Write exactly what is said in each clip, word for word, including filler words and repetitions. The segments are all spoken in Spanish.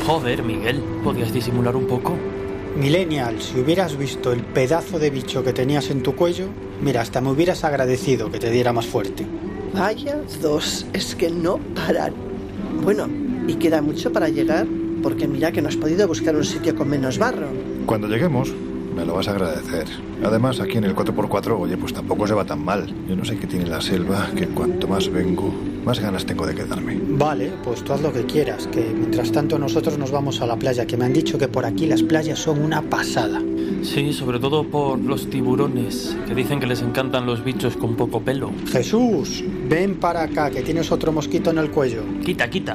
Joder, Miguel, ¿podías disimular un poco? Millennial, si hubieras visto el pedazo de bicho que tenías en tu cuello, mira, hasta me hubieras agradecido que te diera más fuerte. Vaya dos, es que no paran. Bueno, y queda mucho para llegar, porque mira que no has podido buscar un sitio con menos barro. Cuando lleguemos, me lo vas a agradecer. Además, aquí en el cuatro por cuatro, oye, pues tampoco se va tan mal. Yo no sé qué tiene la selva, que cuanto más vengo, más ganas tengo de quedarme. Vale, pues tú haz lo que quieras, que mientras tanto nosotros nos vamos a la playa, que me han dicho que por aquí las playas son una pasada. Sí, sobre todo por los tiburones, que dicen que les encantan los bichos con poco pelo. Jesús, ven para acá, que tienes otro mosquito en el cuello. Quita, quita.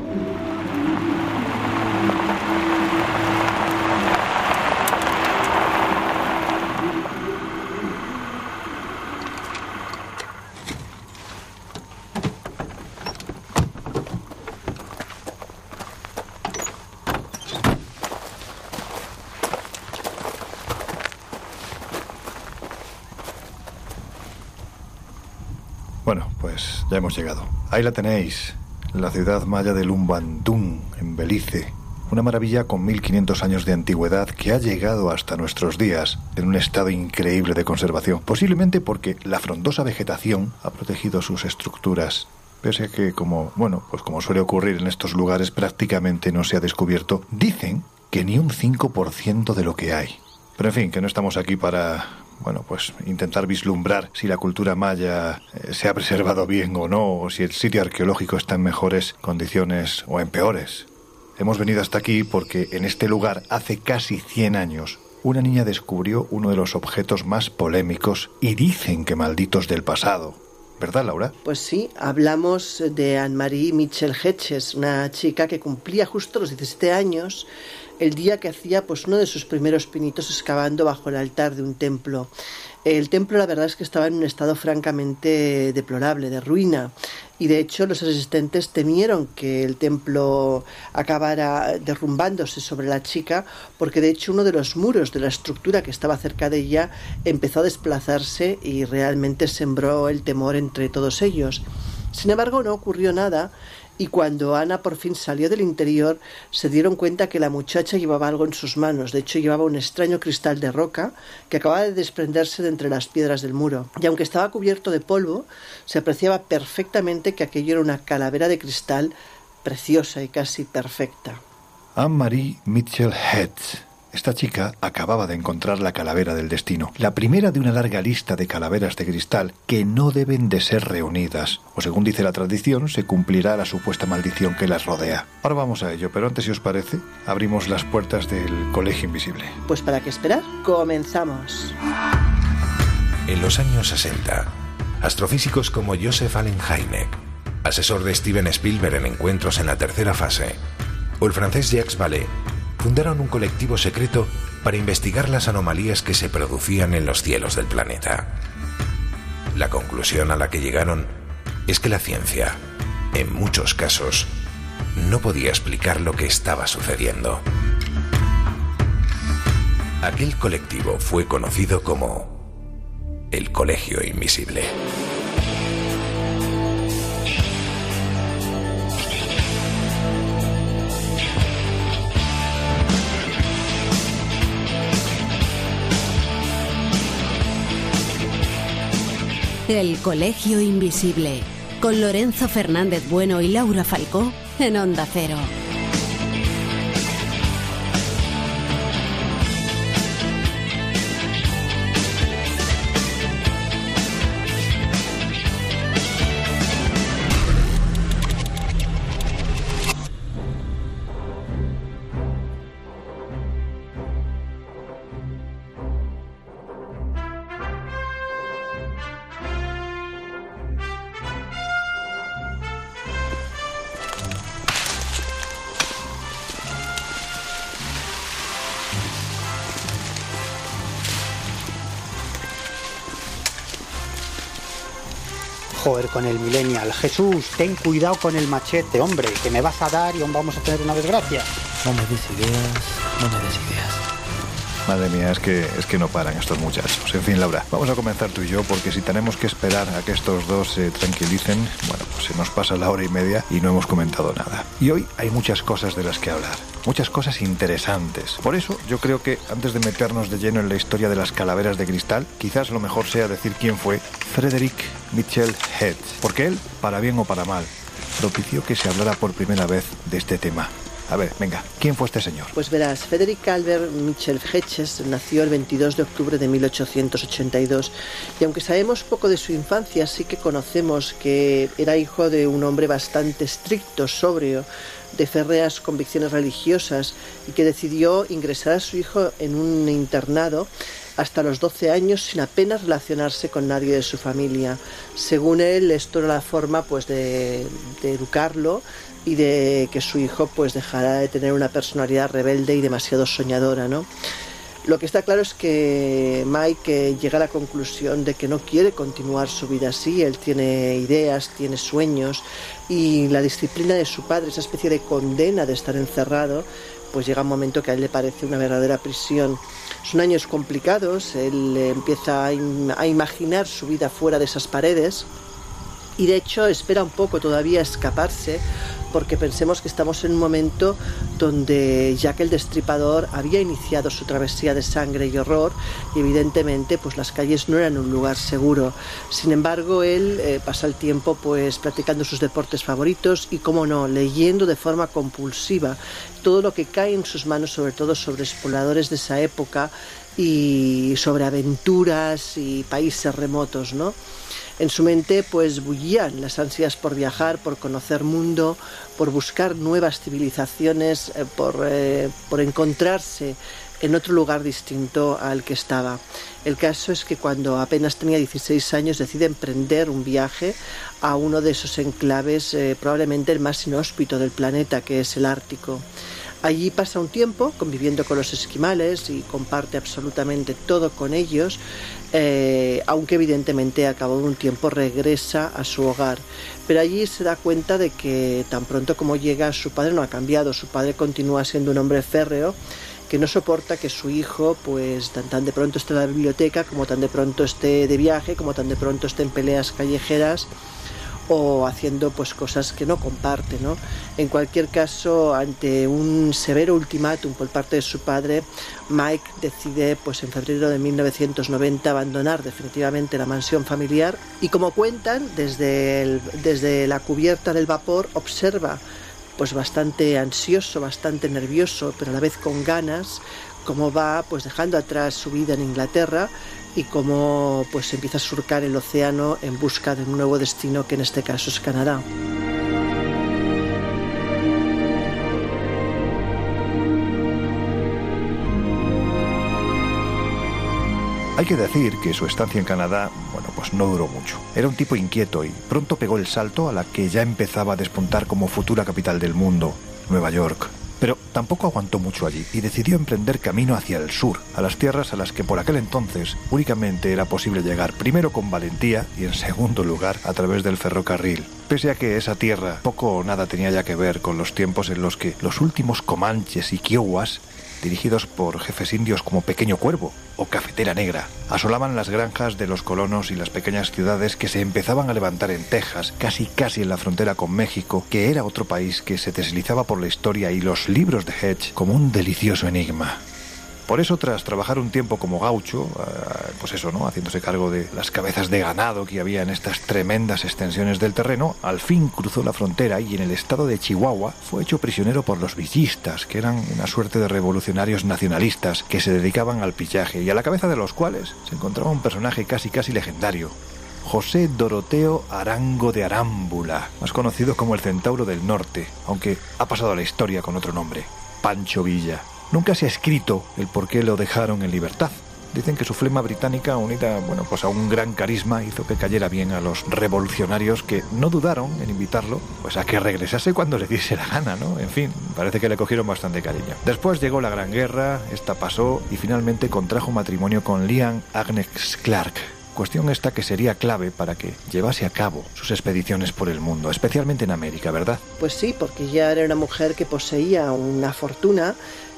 Bueno, pues ya hemos llegado. Ahí la tenéis, la ciudad maya de Lumbantún, en Belice. Una maravilla con mil quinientos años de antigüedad que ha llegado hasta nuestros días en un estado increíble de conservación. Posiblemente porque la frondosa vegetación ha protegido sus estructuras. Pese a que, como, bueno, pues como suele ocurrir en estos lugares, prácticamente no se ha descubierto. Dicen que ni un cinco por ciento de lo que hay. Pero en fin, que no estamos aquí para... Bueno, pues intentar vislumbrar si la cultura maya eh, se ha preservado bien o no, o si el sitio arqueológico está en mejores condiciones o en peores. Hemos venido hasta aquí porque en este lugar, hace casi cien años, una niña descubrió uno de los objetos más polémicos y dicen que malditos del pasado. ¿Verdad, Laura? Pues sí, hablamos de Anne-Marie Michel Hedges, una chica que cumplía justo los diecisiete años el día que hacía pues uno de sus primeros pinitos excavando bajo el altar de un templo. El templo, la verdad es que estaba en un estado francamente deplorable, de ruina, y de hecho los asistentes temieron que el templo acabara derrumbándose sobre la chica, porque de hecho uno de los muros de la estructura que estaba cerca de ella empezó a desplazarse y realmente sembró el temor entre todos ellos. Sin embargo, no ocurrió nada, y cuando Ana por fin salió del interior, se dieron cuenta que la muchacha llevaba algo en sus manos. De hecho, llevaba un extraño cristal de roca que acababa de desprenderse de entre las piedras del muro. Y aunque estaba cubierto de polvo, se apreciaba perfectamente que aquello era una calavera de cristal preciosa y casi perfecta. Anne-Marie Michel Hedges. Esta chica acababa de encontrar la calavera del destino, la primera de una larga lista de calaveras de cristal que no deben de ser reunidas, o según dice la tradición, se cumplirá la supuesta maldición que las rodea. Ahora vamos a ello, pero antes, si os parece, abrimos las puertas del Colegio Invisible. Pues para qué esperar, comenzamos. En los años sesenta, astrofísicos como Joseph Allen Hynek, asesor de Steven Spielberg en Encuentros en la tercera fase, o el francés Jacques Vallée, fundaron un colectivo secreto para investigar las anomalías que se producían en los cielos del planeta. La conclusión a la que llegaron es que la ciencia, en muchos casos, no podía explicar lo que estaba sucediendo. Aquel colectivo fue conocido como el Colegio Invisible. El Colegio Invisible, con Lorenzo Fernández Bueno y Laura Falcó en Onda Cero. Joder, con el millennial. Jesús, ten cuidado con el machete, hombre, que me vas a dar y aún vamos a tener una desgracia. No me des ideas, no me des ideas. Madre mía, es que, es que no paran estos muchachos. En fin, Laura, vamos a comenzar tú y yo, porque si tenemos que esperar a que estos dos se tranquilicen, bueno, pues se nos pasa la hora y media y no hemos comentado nada. Y hoy hay muchas cosas de las que hablar, muchas cosas interesantes. Por eso yo creo que antes de meternos de lleno en la historia de las calaveras de cristal, quizás lo mejor sea decir quién fue Frederick Mitchell Hedges, porque él, para bien o para mal, propició que se hablara por primera vez de este tema. A ver, venga, ¿quién fue este señor? Pues verás, Frederick Albert Mitchell Hedges nació el veintidós de octubre de mil ochocientos ochenta y dos y aunque sabemos poco de su infancia, sí que conocemos que era hijo de un hombre bastante estricto, sobrio, de férreas convicciones religiosas y que decidió ingresar a su hijo en un internado hasta los doce años sin apenas relacionarse con nadie de su familia. Según él, esto era la forma pues de, de educarlo y de que su hijo pues dejara de tener una personalidad rebelde y demasiado soñadora, ¿no? Lo que está claro es que Mike llega a la conclusión de que no quiere continuar su vida así. Él tiene ideas, tiene sueños y la disciplina de su padre, esa especie de condena de estar encerrado, pues llega un momento que a él le parece una verdadera prisión. Son años complicados, él empieza a, im- a imaginar su vida fuera de esas paredes y de hecho espera un poco todavía escaparse, porque pensemos que estamos en un momento donde Jack el Destripador había iniciado su travesía de sangre y horror y evidentemente pues las calles no eran un lugar seguro. Sin embargo, él eh, pasa el tiempo pues practicando sus deportes favoritos y, como no, leyendo de forma compulsiva todo lo que cae en sus manos, sobre todo sobre exploradores de esa época y sobre aventuras y países remotos, ¿no? En su mente pues bullían las ansias por viajar, por conocer mundo, por buscar nuevas civilizaciones, eh, por, eh, por encontrarse en otro lugar distinto al que estaba. El caso es que cuando apenas tenía dieciséis años decide emprender un viaje a uno de esos enclaves, eh, probablemente el más inhóspito del planeta, que es el Ártico. Allí pasa un tiempo conviviendo con los esquimales y comparte absolutamente todo con ellos, eh, aunque evidentemente al cabo de un tiempo regresa a su hogar. Pero allí se da cuenta de que tan pronto como llega, su padre no ha cambiado, su padre continúa siendo un hombre férreo que no soporta que su hijo pues tan, tan de pronto esté en la biblioteca, como tan de pronto esté de viaje, como tan de pronto esté en peleas callejeras o haciendo pues cosas que no comparte, ¿no? En cualquier caso, ante un severo ultimátum por parte de su padre, Mike decide pues en febrero de mil novecientos noventa abandonar definitivamente la mansión familiar y, como cuentan, desde, el, desde la cubierta del vapor observa pues bastante ansioso, bastante nervioso, pero a la vez con ganas, cómo va pues dejando atrás su vida en Inglaterra y cómo pues empieza a surcar el océano en busca de un nuevo destino, que en este caso es Canadá. Hay que decir que su estancia en Canadá, bueno, pues no duró mucho. Era un tipo inquieto y pronto pegó el salto a la que ya empezaba a despuntar como futura capital del mundo, Nueva York. Pero tampoco aguantó mucho allí y decidió emprender camino hacia el sur, a las tierras a las que por aquel entonces únicamente era posible llegar, primero con valentía y en segundo lugar a través del ferrocarril. Pese a que esa tierra poco o nada tenía ya que ver con los tiempos en los que los últimos comanches y kiowas, dirigidos por jefes indios como Pequeño Cuervo o Cafetera Negra, asolaban las granjas de los colonos y las pequeñas ciudades que se empezaban a levantar en Texas, casi casi en la frontera con México, que era otro país que se deslizaba por la historia y los libros de Hedges como un delicioso enigma. Por eso, tras trabajar un tiempo como gaucho, pues eso, ¿no?, haciéndose cargo de las cabezas de ganado que había en estas tremendas extensiones del terreno, al fin cruzó la frontera y en el estado de Chihuahua fue hecho prisionero por los villistas, que eran una suerte de revolucionarios nacionalistas que se dedicaban al pillaje y a la cabeza de los cuales se encontraba un personaje casi casi legendario: José Doroteo Arango de Arámbula, más conocido como el Centauro del Norte, aunque ha pasado a la historia con otro nombre: Pancho Villa. Nunca se ha escrito el por qué lo dejaron en libertad. Dicen que su flema británica, unida, bueno, pues a un gran carisma, hizo que cayera bien a los revolucionarios, que no dudaron en invitarlo pues a que regresase cuando le diese la gana, ¿no? En fin, parece que le cogieron bastante cariño. Después llegó la Gran Guerra, esta pasó y finalmente contrajo matrimonio con Lian Agnes Clark. Cuestión esta que sería clave para que llevase a cabo sus expediciones por el mundo, especialmente en América, ¿verdad? Pues sí, porque ella era una mujer que poseía una fortuna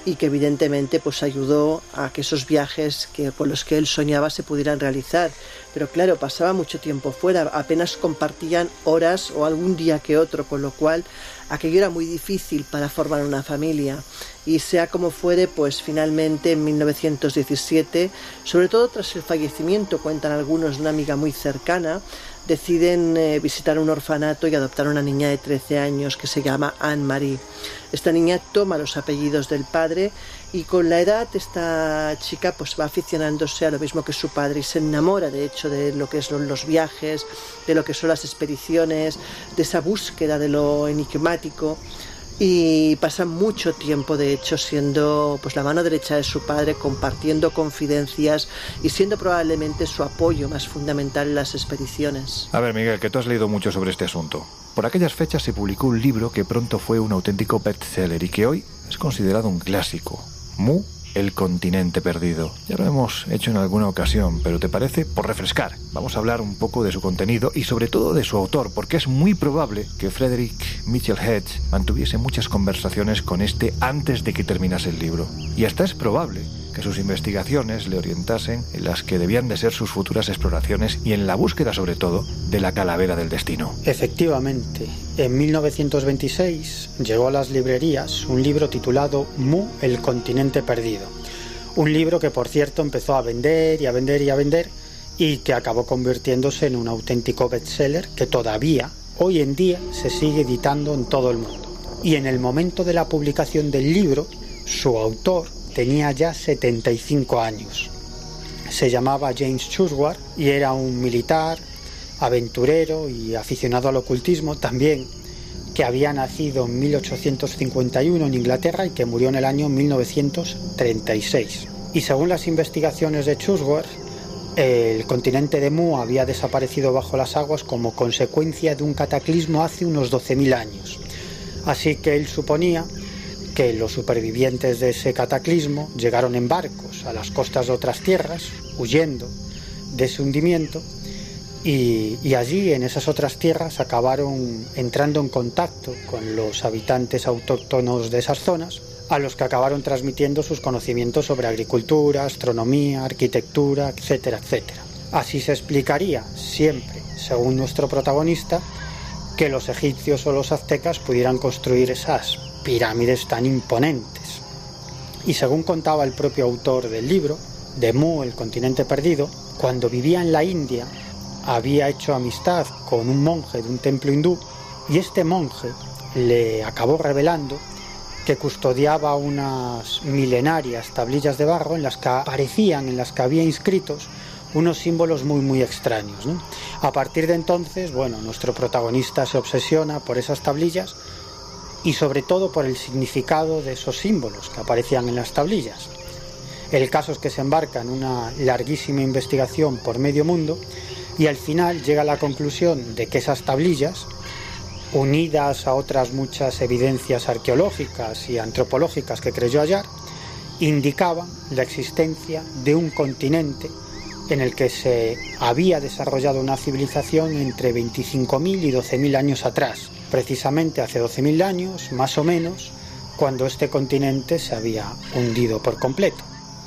y que evidentemente pues ayudó a que esos viajes que, con los que él soñaba se pudieran realizar. Pero claro, pasaba mucho tiempo fuera, apenas compartían horas o algún día que otro, con lo cual aquello era muy difícil para formar una familia. Y sea como fuere, pues finalmente en mil novecientos diecisiete, sobre todo tras el fallecimiento, cuentan algunos, de una amiga muy cercana, deciden eh, visitar un orfanato y adoptar a una niña de trece años que se llama Anne-Marie. Esta niña toma los apellidos del padre y con la edad esta chica pues va aficionándose a lo mismo que su padre y se enamora de hecho de lo que son los viajes, de lo que son las expediciones, de esa búsqueda de lo enigmático. Y pasa mucho tiempo, de hecho, siendo pues la mano derecha de su padre, compartiendo confidencias y siendo probablemente su apoyo más fundamental en las expediciones. A ver, Miguel, que tú has leído mucho sobre este asunto. Por aquellas fechas se publicó un libro que pronto fue un auténtico bestseller y que hoy es considerado un clásico. Mu, el continente perdido. Ya lo hemos hecho en alguna ocasión, pero ¿te parece? Por refrescar, vamos a hablar un poco de su contenido y sobre todo de su autor, porque es muy probable que Frederick Mitchell Hedges mantuviese muchas conversaciones con este antes de que terminase el libro. Y hasta es probable que sus investigaciones le orientasen en las que debían de ser sus futuras exploraciones y en la búsqueda, sobre todo, de la calavera del destino. Efectivamente, en mil novecientos veintiséis llegó a las librerías un libro titulado Mu, el continente perdido. Un libro que, por cierto, empezó a vender y a vender y a vender y que acabó convirtiéndose en un auténtico bestseller que todavía, hoy en día, se sigue editando en todo el mundo. Y en el momento de la publicación del libro, su autor tenía ya setenta y cinco años. Se llamaba James Chuzwaard y era un militar, aventurero y aficionado al ocultismo también, que había nacido en mil ochocientos cincuenta y uno en Inglaterra y que murió en el año mil novecientos treinta y seis. Y según las investigaciones de Chuzwaard, el continente de Mu había desaparecido bajo las aguas como consecuencia de un cataclismo hace unos doce mil años. Así que él suponía que los supervivientes de ese cataclismo llegaron en barcos a las costas de otras tierras, huyendo de ese hundimiento, y, y allí, en esas otras tierras, acabaron entrando en contacto con los habitantes autóctonos de esas zonas, a los que acabaron transmitiendo sus conocimientos sobre agricultura, astronomía, arquitectura, etcétera, etcétera. Así se explicaría siempre, según nuestro protagonista, que los egipcios o los aztecas pudieran construir esas pirámides tan imponentes. Y según contaba el propio autor del libro, de Mu, el continente perdido, cuando vivía en la India había hecho amistad con un monje de un templo hindú y este monje le acabó revelando que custodiaba unas milenarias tablillas de barro en las que aparecían, en las que había inscritos unos símbolos muy muy extraños, ¿no? A partir de entonces, bueno, nuestro protagonista se obsesiona por esas tablillas y sobre todo por el significado de esos símbolos que aparecían en las tablillas. El caso es que se embarca en una larguísima investigación por medio mundo y al final llega a la conclusión de que esas tablillas, unidas a otras muchas evidencias arqueológicas y antropológicas que creyó hallar, indicaban la existencia de un continente en el que se había desarrollado una civilización entre veinticinco mil y doce mil años atrás, precisamente hace doce mil años, más o menos, cuando este continente se había hundido por completo.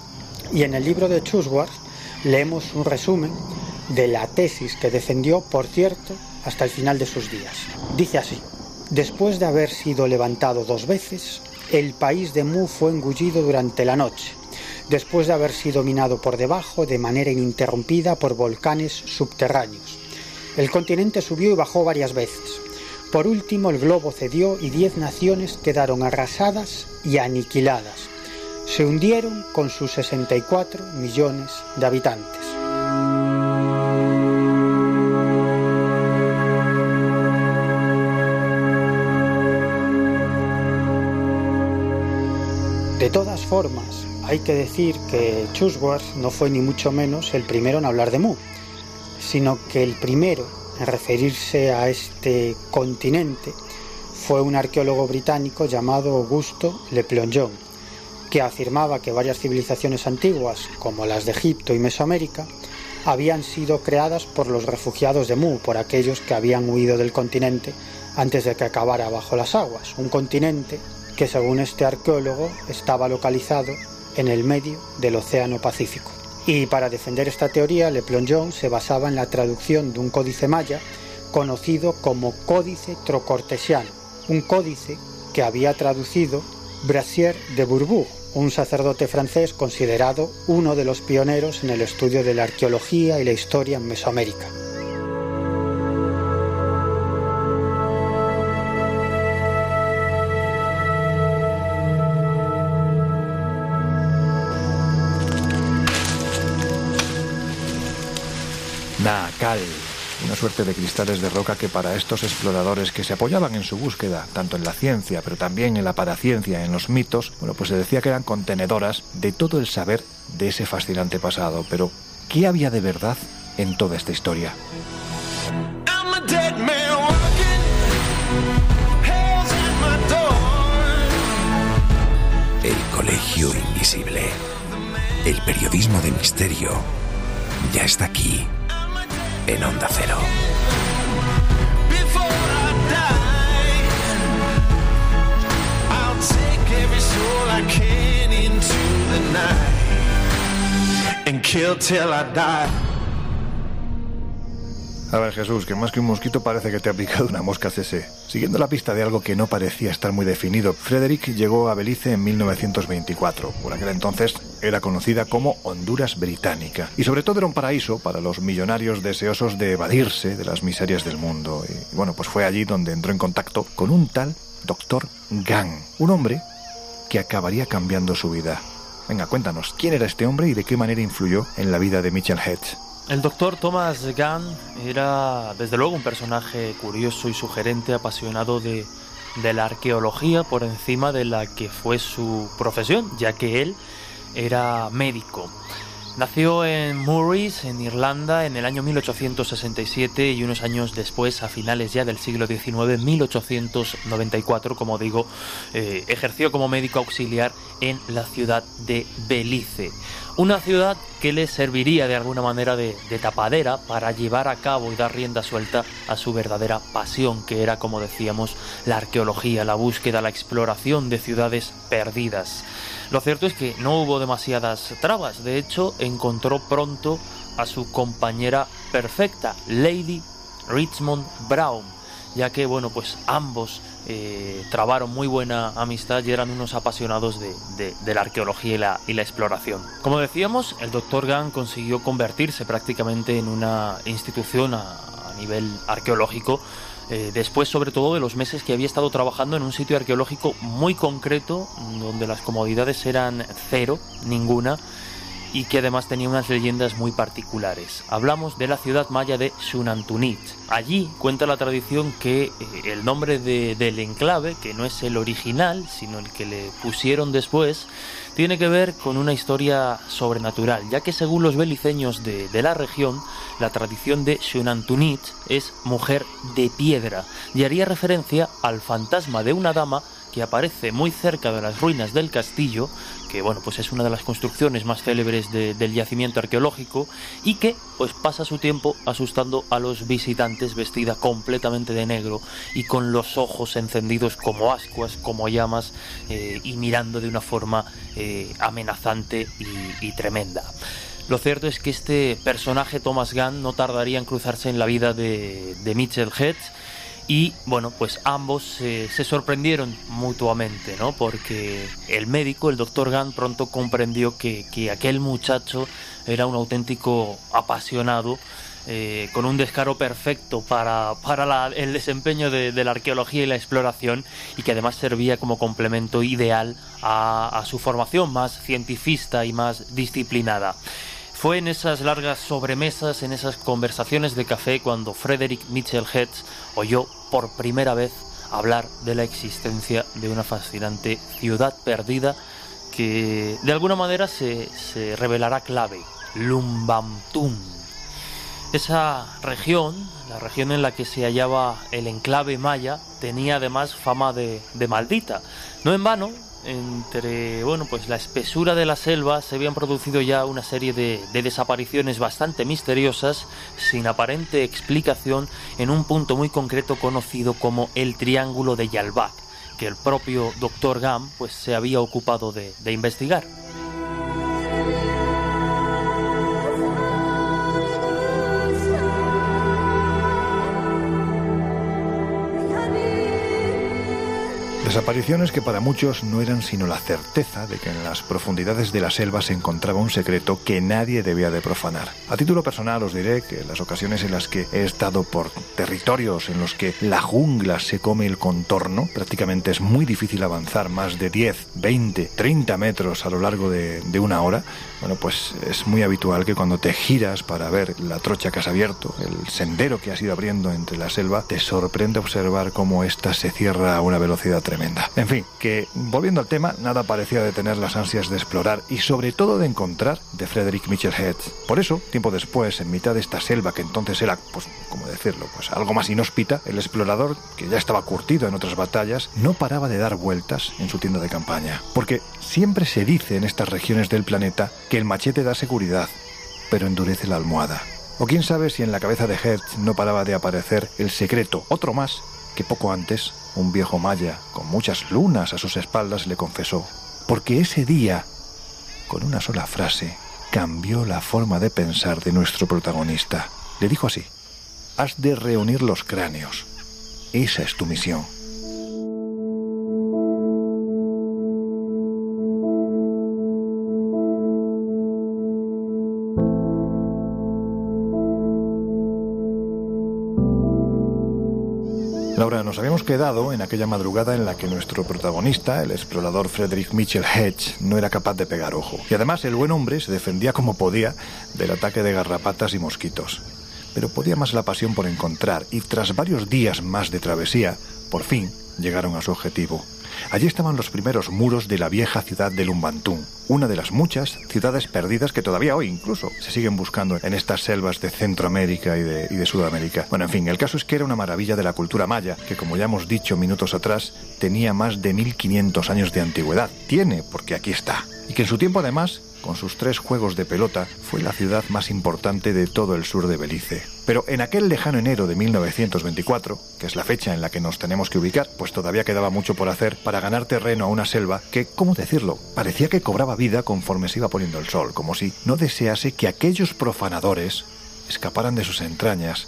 Y en el libro de Chuzwaard leemos un resumen de la tesis que defendió, por cierto, hasta el final de sus días. Dice así: después de haber sido levantado dos veces, el país de Mu fue engullido durante la noche, después de haber sido minado por debajo de manera ininterrumpida por volcanes subterráneos. El continente subió y bajó varias veces. Por último, el globo cedió y diez naciones quedaron arrasadas y aniquiladas. Se hundieron con sus sesenta y cuatro millones de habitantes. De todas formas, hay que decir que Chuzwaard no fue ni mucho menos el primero en hablar de Mu, sino que el primero en referirse a este continente fue un arqueólogo británico llamado Auguste Le Plongeon, que afirmaba que varias civilizaciones antiguas, como las de Egipto y Mesoamérica, habían sido creadas por los refugiados de Mu, por aquellos que habían huido del continente antes de que acabara bajo las aguas, un continente que según este arqueólogo estaba localizado en el medio del Océano Pacífico. Y para defender esta teoría, Le Plongeon se basaba en la traducción de un códice maya conocido como Códice Trocortesiano, un códice que había traducido Brasier de Bourbourg, un sacerdote francés considerado uno de los pioneros en el estudio de la arqueología y la historia en Mesoamérica. Naakal, una suerte de cristales de roca que para estos exploradores que se apoyaban en su búsqueda, tanto en la ciencia, pero también en la paraciencia, en los mitos, bueno, pues se decía que eran contenedoras de todo el saber de ese fascinante pasado. Pero, ¿qué había de verdad en toda esta historia? El Colegio Invisible. El periodismo de misterio ya está aquí, en Onda Cero. A ver, Jesús, que más que un mosquito parece que te ha picado una mosca C C. Siguiendo la pista de algo que no parecía estar muy definido, Frederick llegó a Belice en mil novecientos veinticuatro. Por aquel entonces era conocida como Honduras Británica. Y sobre todo era un paraíso para los millonarios deseosos de evadirse de las miserias del mundo. Y bueno, pues fue allí donde entró en contacto con un tal doctor Gant, un hombre que acabaría cambiando su vida. Venga, cuéntanos, ¿quién era este hombre y de qué manera influyó en la vida de Mitchell Hedges? El doctor Thomas Gant era, desde luego, un personaje curioso y sugerente, apasionado de, de la arqueología por encima de la que fue su profesión, ya que él era médico. Nació en Murris, en Irlanda, en el año mil ochocientos sesenta y siete y unos años después, a finales ya del siglo diecinueve, mil ochocientos noventa y cuatro, como digo, eh, ejerció como médico auxiliar en la ciudad de Belice. Una ciudad que le serviría de alguna manera de, de tapadera para llevar a cabo y dar rienda suelta a su verdadera pasión, que era, como decíamos, la arqueología, la búsqueda, la exploración de ciudades perdidas. Lo cierto es que no hubo demasiadas trabas. De hecho, encontró pronto a su compañera perfecta, Lady Richmond Brown, ya que, bueno, pues ambos eh, trabaron muy buena amistad y eran unos apasionados de, de, de la arqueología y la, y la exploración. Como decíamos, el doctor Gant consiguió convertirse prácticamente en una institución a, a nivel arqueológico, Eh, después, sobre todo, de los meses que había estado trabajando en un sitio arqueológico muy concreto, donde las comodidades eran cero, ninguna, y que además tenía unas leyendas muy particulares. Hablamos de la ciudad maya de Xunantunich. Allí cuenta la tradición que eh, el nombre de, del enclave, que no es el original, sino el que le pusieron después, tiene que ver con una historia sobrenatural, ya que según los beliceños de, de la región, la tradición de Xunantunich es mujer de piedra, y haría referencia al fantasma de una dama que aparece muy cerca de las ruinas del castillo, que bueno, pues es una de las construcciones más célebres de, del yacimiento arqueológico, y que pues pasa su tiempo asustando a los visitantes vestida completamente de negro y con los ojos encendidos como ascuas, como llamas, eh, y mirando de una forma eh, amenazante y, y tremenda. Lo cierto es que este personaje, Thomas Gant, no tardaría en cruzarse en la vida de, de Mitchell Hedges. Y bueno, pues ambos eh, se sorprendieron mutuamente, ¿no? Porque el médico, el doctor Gant, pronto comprendió que, que aquel muchacho era un auténtico apasionado, eh, con un descaro perfecto para, para la, el desempeño de, de la arqueología y la exploración, y que además servía como complemento ideal a, a su formación más cientifista y más disciplinada. Fue en esas largas sobremesas, en esas conversaciones de café, cuando Frederick Mitchell Hedges oyó por primera vez hablar de la existencia de una fascinante ciudad perdida que de alguna manera se, se revelará clave: Lumbamtum. Esa región, la región en la que se hallaba el enclave maya, tenía además fama de, de maldita. No en vano, entre bueno pues la espesura de la selva se habían producido ya una serie de, de desapariciones bastante misteriosas, sin aparente explicación, en un punto muy concreto conocido como el Triángulo de Yalbak, que el propio doctor Gam pues, se había ocupado de, de investigar. Desapariciones que para muchos no eran sino la certeza de que en las profundidades de la selva se encontraba un secreto que nadie debía de profanar. A título personal os diré que las ocasiones en las que he estado por territorios en los que la jungla se come el contorno, prácticamente es muy difícil avanzar más de diez, veinte, treinta metros a lo largo de, de una hora, bueno, pues es muy habitual que cuando te giras para ver la trocha que has abierto, el sendero que has ido abriendo entre la selva, te sorprende observar cómo ésta se cierra a una velocidad tremenda. En fin, que volviendo al tema, nada parecía detener las ansias de explorar y sobre todo de encontrar de Frederick Mitchell Hedges. Por eso, tiempo después, en mitad de esta selva que entonces era, pues, ¿cómo decirlo?, pues algo más inhóspita, el explorador, que ya estaba curtido en otras batallas, no paraba de dar vueltas en su tienda de campaña. Porque siempre se dice en estas regiones del planeta que el machete da seguridad, pero endurece la almohada. O quién sabe si en la cabeza de Hedges no paraba de aparecer el secreto, otro más, que poco antes un viejo maya con muchas lunas a sus espaldas le confesó, porque ese día, con una sola frase, cambió la forma de pensar de nuestro protagonista. Le dijo así: has de reunir los cráneos. Esa es tu misión. Laura, nos habíamos quedado en aquella madrugada en la que nuestro protagonista, el explorador Frederick Mitchell Hedges, no era capaz de pegar ojo. Y además el buen hombre se defendía como podía del ataque de garrapatas y mosquitos. Pero podía más la pasión por encontrar, y tras varios días más de travesía, por fin llegaron a su objetivo. Allí estaban los primeros muros de la vieja ciudad de Lumbantún, una de las muchas ciudades perdidas que todavía hoy incluso se siguen buscando en estas selvas de Centroamérica y de, y de Sudamérica. Bueno, en fin, el caso es que era una maravilla de la cultura maya, que como ya hemos dicho minutos atrás, tenía más de mil quinientos años de antigüedad. Tiene, porque aquí está. Y que en su tiempo además, con sus tres juegos de pelota, fue la ciudad más importante de todo el sur de Belice. Pero en aquel lejano enero de mil novecientos veinticuatro, que es la fecha en la que nos tenemos que ubicar, pues todavía quedaba mucho por hacer para ganar terreno a una selva que, ¿cómo decirlo?, parecía que cobraba vida conforme se iba poniendo el sol, como si no desease que aquellos profanadores escaparan de sus entrañas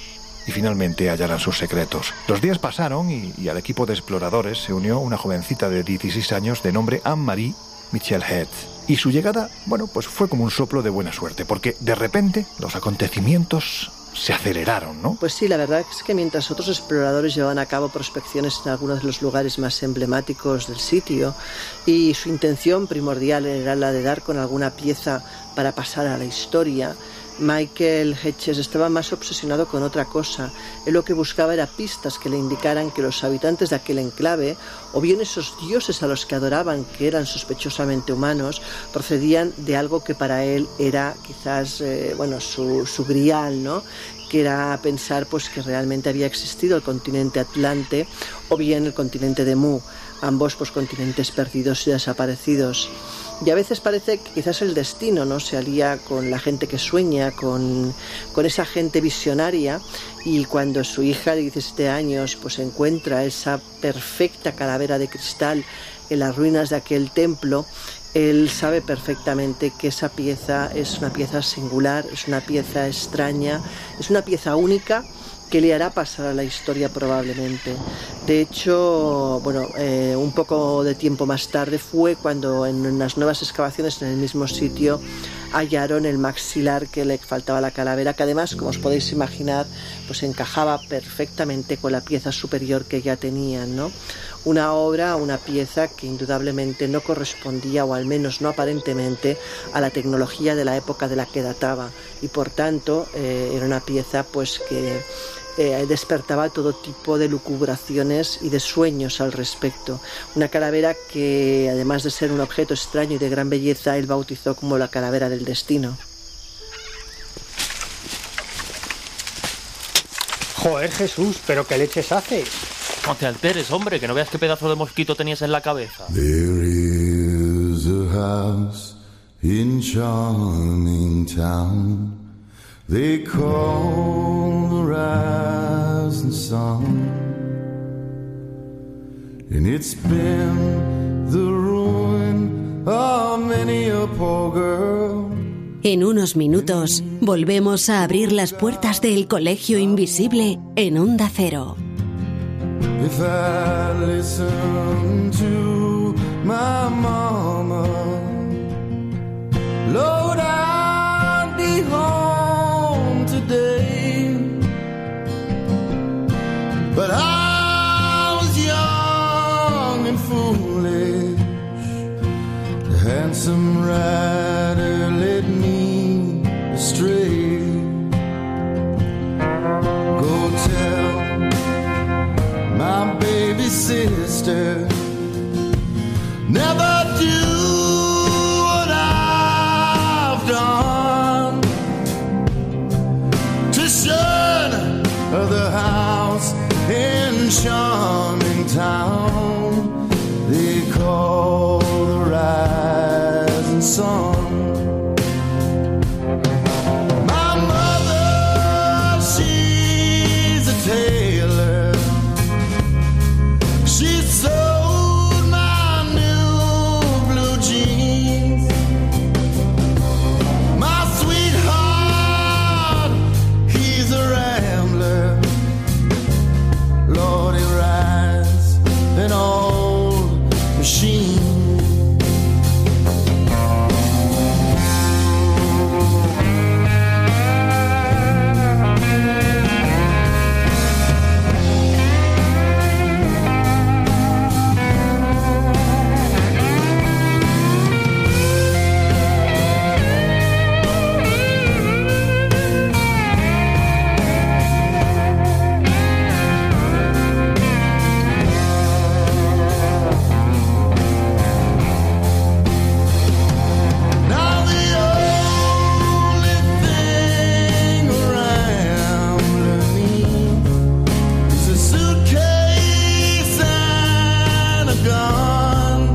y finalmente hallaran sus secretos. Los días pasaron y, y al equipo de exploradores se unió una jovencita de dieciséis años de nombre Anne-Marie Mitchell Hedges. Y su llegada, bueno, pues fue como un soplo de buena suerte, porque de repente los acontecimientos se aceleraron, ¿no? Pues sí, la verdad es que mientras otros exploradores llevaban a cabo prospecciones en algunos de los lugares más emblemáticos del sitio, y su intención primordial era la de dar con alguna pieza para pasar a la historia, Michael Hedges estaba más obsesionado con otra cosa. Él lo que buscaba era pistas que le indicaran que los habitantes de aquel enclave, o bien esos dioses a los que adoraban, que eran sospechosamente humanos, procedían de algo que para él era quizás eh, bueno, su, su grial, ¿no?, que era pensar pues que realmente había existido el continente Atlante o bien el continente de Mu, ambos pues continentes perdidos y desaparecidos. Y a veces parece que quizás el destino no se alía con la gente que sueña, con, con esa gente visionaria, y cuando su hija de diecisiete años pues encuentra esa perfecta calavera de cristal en las ruinas de aquel templo, él sabe perfectamente que esa pieza es una pieza singular, es una pieza extraña, es una pieza única que le hará pasar a la historia probablemente. De hecho, bueno, eh, un poco de tiempo más tarde fue cuando en unas nuevas excavaciones en el mismo sitio hallaron el maxilar que le faltaba a la calavera, que además, como os podéis imaginar, pues encajaba perfectamente con la pieza superior que ya tenían, ¿no? Una obra, una pieza que indudablemente no correspondía, o al menos no aparentemente, a la tecnología de la época de la que databa, y por tanto eh, era una pieza pues que Eh, despertaba todo tipo de lucubraciones y de sueños al respecto. Una calavera que, además de ser un objeto extraño y de gran belleza, él bautizó como la calavera del destino. Joder, Jesús, ¿pero qué leches haces? No te alteres, hombre, que no veas qué pedazo de mosquito tenías en la cabeza. There is a house in charming town they call the rising sun. and it's been the ruin of many a poor girl. En unos minutos volvemos a abrir las puertas del Colegio Invisible en Onda Cero. If I listen to my mama, Lord, I'd be home today. But I was young and foolish. The handsome rider led me astray. Go tell my baby sister, never do what I've done to shun the house in charming town they call the rising sun. My mother, she's a tailor. She sewed my new blue jeans. My sweetheart, he's a rambler. Lord, he rides an old machine. Now the only thing a rambler needs is a suitcase and a gun.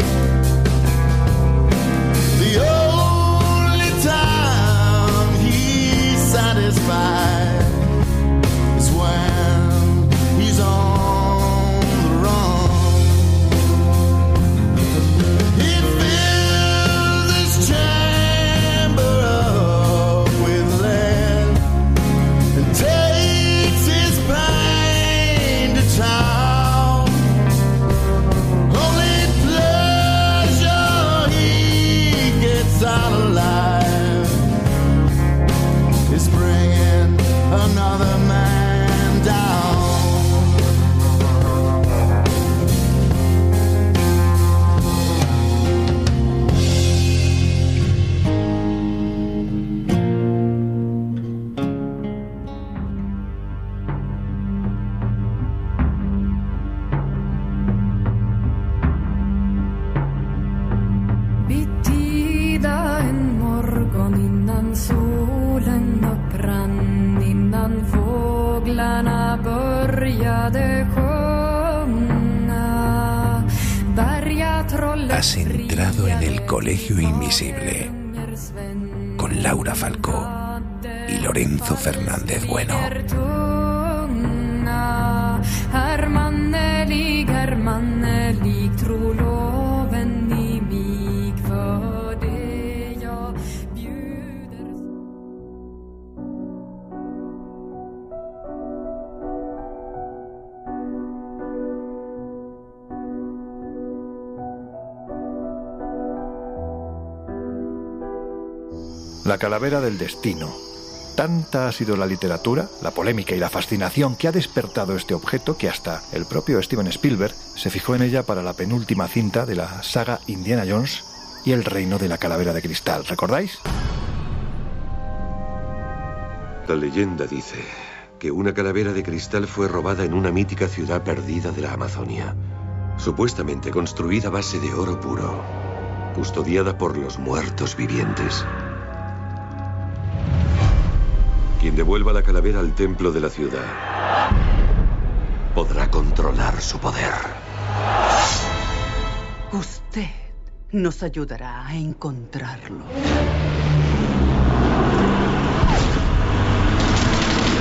The only time he's satisfied is when he's on the run. He fills his chamber up with lead and takes his pain to town. Only pleasure he gets out alive is bringing another man down. Bittida en morgon innan solen upprann, innan fåglarna började sjunga. Bergatrollet Has entrado en el Colegio Invisible con Laura Falcó y Lorenzo Fernández Bueno. Hermannelig, hermannelig, tro loven i mig för det jag bjuder. La calavera del destino. Tanta ha sido la literatura, la polémica y la fascinación que ha despertado este objeto que hasta el propio Steven Spielberg se fijó en ella para la penúltima cinta de la saga Indiana Jones y el reino de la calavera de cristal. ¿Recordáis? La leyenda dice que una calavera de cristal fue robada en una mítica ciudad perdida de la Amazonia, supuestamente construida a base de oro puro, custodiada por los muertos vivientes. Quien devuelva la calavera al templo de la ciudad podrá controlar su poder. Usted nos ayudará a encontrarlo.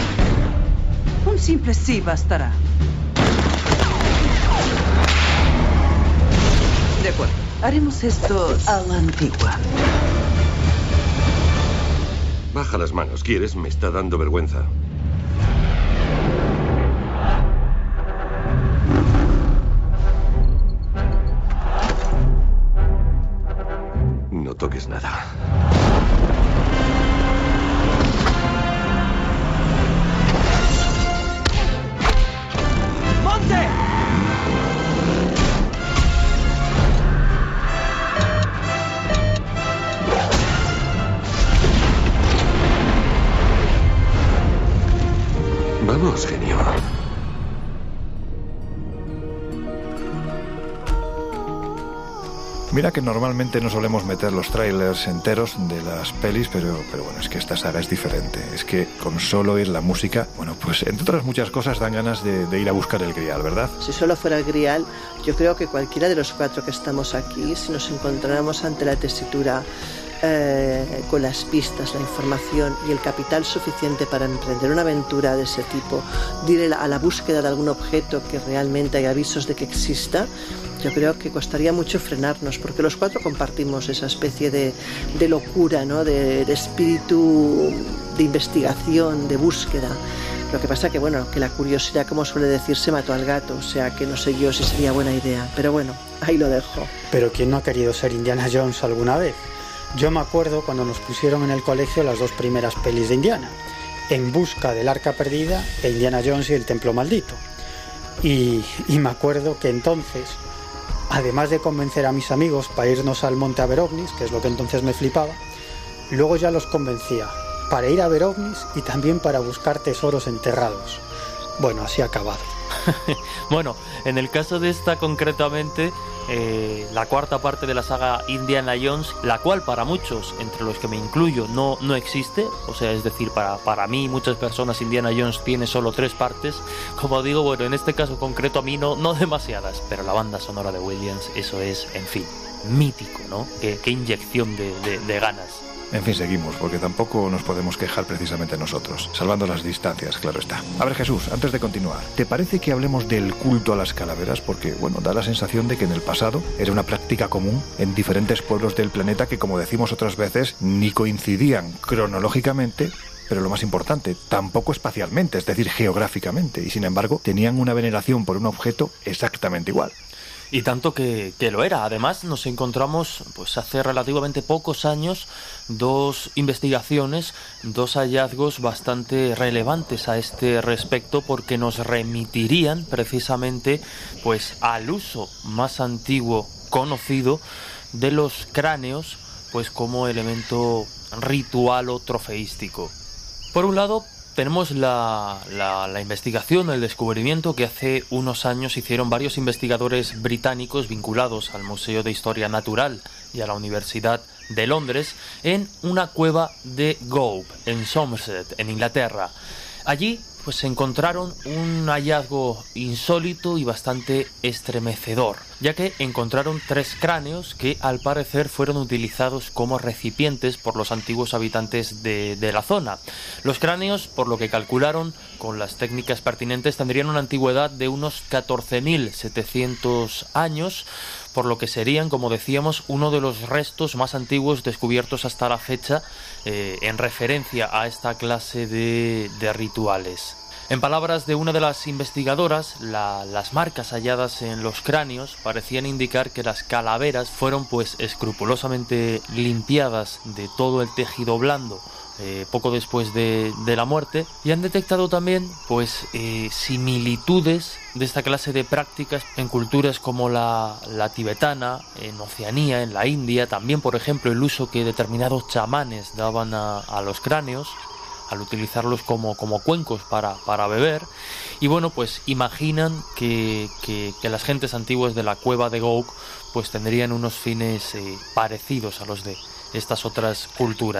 Un simple sí bastará. Haremos esto a la antigua. Baja las manos, ¿quieres? Me está dando vergüenza. No toques nada. ¡Monte! Vamos, genio. Mira que normalmente no solemos meter los trailers enteros de las pelis, pero, pero bueno, es que esta saga es diferente. Es que con solo oír la música, bueno, pues entre otras muchas cosas dan ganas de, de ir a buscar el Grial, ¿verdad? Si solo fuera el Grial, yo creo que cualquiera de los cuatro que estamos aquí, si nos encontráramos ante la tesitura eh, con las pistas, la información y el capital suficiente para emprender una aventura de ese tipo, de ir a la búsqueda de algún objeto que realmente hay avisos de que exista, yo creo que costaría mucho frenarnos, porque los cuatro compartimos esa especie de, de locura, ¿no? de, de espíritu de investigación, de búsqueda. Lo que pasa que, bueno, que la curiosidad, como suele decirse, mató al gato, o sea que no sé yo si sería buena idea, pero bueno, ahí lo dejo. Pero ¿quién no ha querido ser Indiana Jones alguna vez? Yo me acuerdo cuando nos pusieron en el colegio las dos primeras pelis de Indiana, En busca del Arca Perdida e Indiana Jones y el Templo Maldito. Y, y me acuerdo que entonces, además de convencer a mis amigos para irnos al monte a ver ovnis, que es lo que entonces me flipaba, luego ya los convencía para ir a ver ovnis y también para buscar tesoros enterrados. Bueno, así ha acabado. Bueno, en el caso de esta concretamente, eh, la cuarta parte de la saga Indiana Jones, la cual para muchos, entre los que me incluyo, no, no existe, o sea, es decir, para, para mí, muchas personas, Indiana Jones tiene solo tres partes. Como digo, bueno, en este caso concreto a mí no, no demasiadas, pero la banda sonora de Williams, eso es, en fin, mítico, ¿no? Qué, qué inyección de, de, de ganas. En fin, seguimos, porque tampoco nos podemos quejar precisamente nosotros, salvando las distancias, claro está. A ver, Jesús, antes de continuar, ¿te parece que hablemos del culto a las calaveras? Porque, bueno, da la sensación de que en el pasado era una práctica común en diferentes pueblos del planeta que, como decimos otras veces, ni coincidían cronológicamente, pero lo más importante, tampoco espacialmente, es decir, geográficamente, y sin embargo, tenían una veneración por un objeto exactamente igual. Y tanto que, que lo era. Además, nos encontramos, pues hace relativamente pocos años, dos investigaciones, dos hallazgos bastante relevantes a este respecto, porque nos remitirían precisamente, pues, al uso más antiguo conocido de los cráneos, pues como elemento ritual o trofeístico. Por un lado, tenemos la, la, la investigación, el descubrimiento que hace unos años hicieron varios investigadores británicos vinculados al Museo de Historia Natural y a la Universidad de Londres en una cueva de Gope, en Somerset, en Inglaterra. Allí pues se encontraron un hallazgo insólito y bastante estremecedor, ya que encontraron tres cráneos que al parecer fueron utilizados como recipientes por los antiguos habitantes de, de la zona. Los cráneos, por lo que calcularon con las técnicas pertinentes, tendrían una antigüedad de unos catorce mil setecientos años, por lo que serían, como decíamos, uno de los restos más antiguos descubiertos hasta la fecha eh, en referencia a esta clase de, de rituales. En palabras de una de las investigadoras, la, las marcas halladas en los cráneos parecían indicar que las calaveras fueron pues escrupulosamente limpiadas de todo el tejido blando eh, poco después de, de la muerte, y han detectado también pues eh, similitudes de esta clase de prácticas en culturas como la, la tibetana, en Oceanía, en la India, también por ejemplo el uso que determinados chamanes daban a, a los cráneos al utilizarlos como, como cuencos para, para beber. Y bueno, pues imaginan que, que, que las gentes antiguas de la cueva de Gope pues tendrían unos fines eh, parecidos a los de estas otras culturas.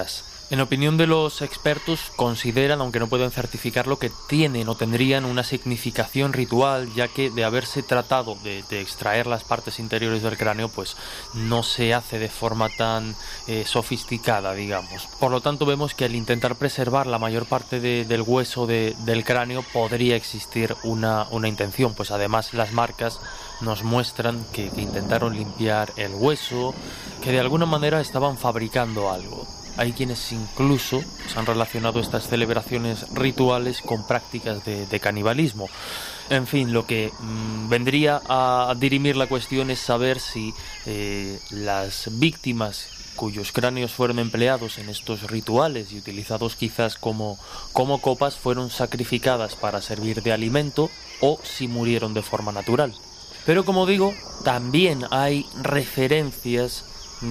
En opinión de los expertos, consideran, aunque no pueden certificarlo, que tienen o tendrían una significación ritual, ya que de haberse tratado de, de extraer las partes interiores del cráneo, pues no se hace de forma tan eh, sofisticada, digamos. Por lo tanto, vemos que al intentar preservar la mayor parte de, del hueso de, del cráneo podría existir una, una intención, pues además las marcas nos muestran que, que intentaron limpiar el hueso, que de alguna manera estaban fabricando algo. Hay quienes incluso pues, han relacionado estas celebraciones rituales con prácticas de, de canibalismo. En fin, lo que mmm, vendría a dirimir la cuestión es saber si eh, las víctimas cuyos cráneos fueron empleados en estos rituales y utilizados quizás como, como copas fueron sacrificadas para servir de alimento o si murieron de forma natural. Pero como digo, también hay referencias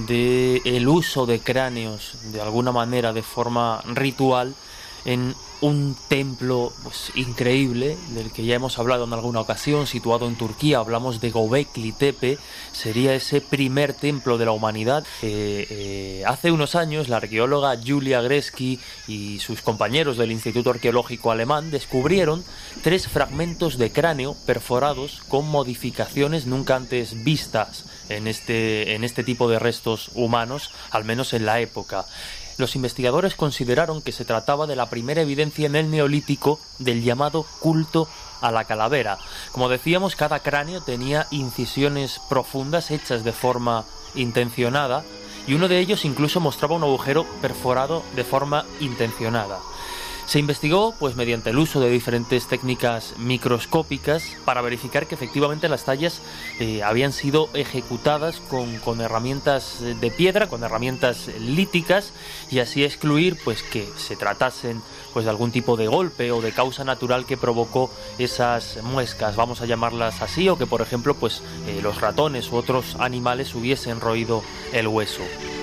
de el uso de cráneos de alguna manera de forma ritual en un templo pues increíble del que ya hemos hablado en alguna ocasión, situado en Turquía. Hablamos de Göbekli Tepe. Sería ese primer templo de la humanidad. Eh, eh, hace unos años la arqueóloga Julia Gresky y sus compañeros del Instituto Arqueológico Alemán descubrieron tres fragmentos de cráneo perforados con modificaciones nunca antes vistas en este, en este tipo de restos humanos, al menos en la época. Los investigadores consideraron que se trataba de la primera evidencia en el Neolítico del llamado culto a la calavera. Como decíamos, cada cráneo tenía incisiones profundas hechas de forma intencionada y uno de ellos incluso mostraba un agujero perforado de forma intencionada. Se investigó pues mediante el uso de diferentes técnicas microscópicas para verificar que efectivamente las tallas eh, habían sido ejecutadas con, con herramientas de piedra, con herramientas líticas, y así excluir pues que se tratasen pues de algún tipo de golpe o de causa natural que provocó esas muescas, vamos a llamarlas así, o que por ejemplo pues eh, los ratones u otros animales hubiesen roído el hueso.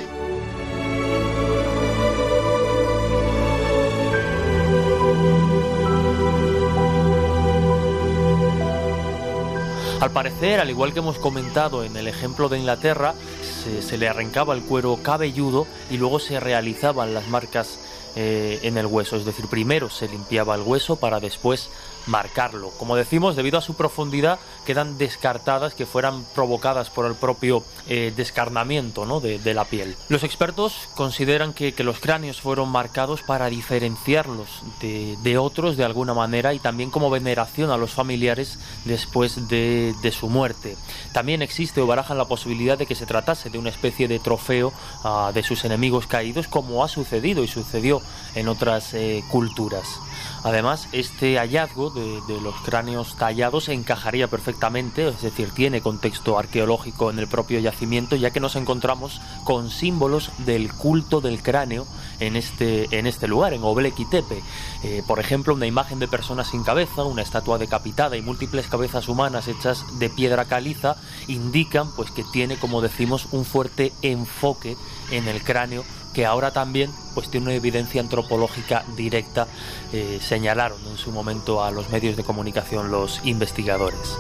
Al parecer, al igual que hemos comentado en el ejemplo de Inglaterra, se, se le arrancaba el cuero cabelludo y luego se realizaban las marcas eh, en el hueso. Es decir, primero se limpiaba el hueso para después marcarlo. Como decimos, debido a su profundidad, quedan descartadas que fueran provocadas por el propio eh, descarnamiento, ¿no?, de, de la piel. Los expertos consideran que, que los cráneos fueron marcados para diferenciarlos de, de otros de alguna manera y también como veneración a los familiares después de, de su muerte. También existe o barajan la posibilidad de que se tratase de una especie de trofeo uh, de sus enemigos caídos, como ha sucedido y sucedió en otras eh, culturas. Además, este hallazgo de, de los cráneos tallados encajaría perfectamente, es decir, tiene contexto arqueológico en el propio yacimiento, ya que nos encontramos con símbolos del culto del cráneo en este, en este lugar, en Göbekli Tepe. Eh, por ejemplo, una imagen de personas sin cabeza, una estatua decapitada y múltiples cabezas humanas hechas de piedra caliza indican pues que tiene, como decimos, un fuerte enfoque en el cráneo, que ahora también pues tiene una evidencia antropológica directa, eh, señalaron en su momento a los medios de comunicación los investigadores.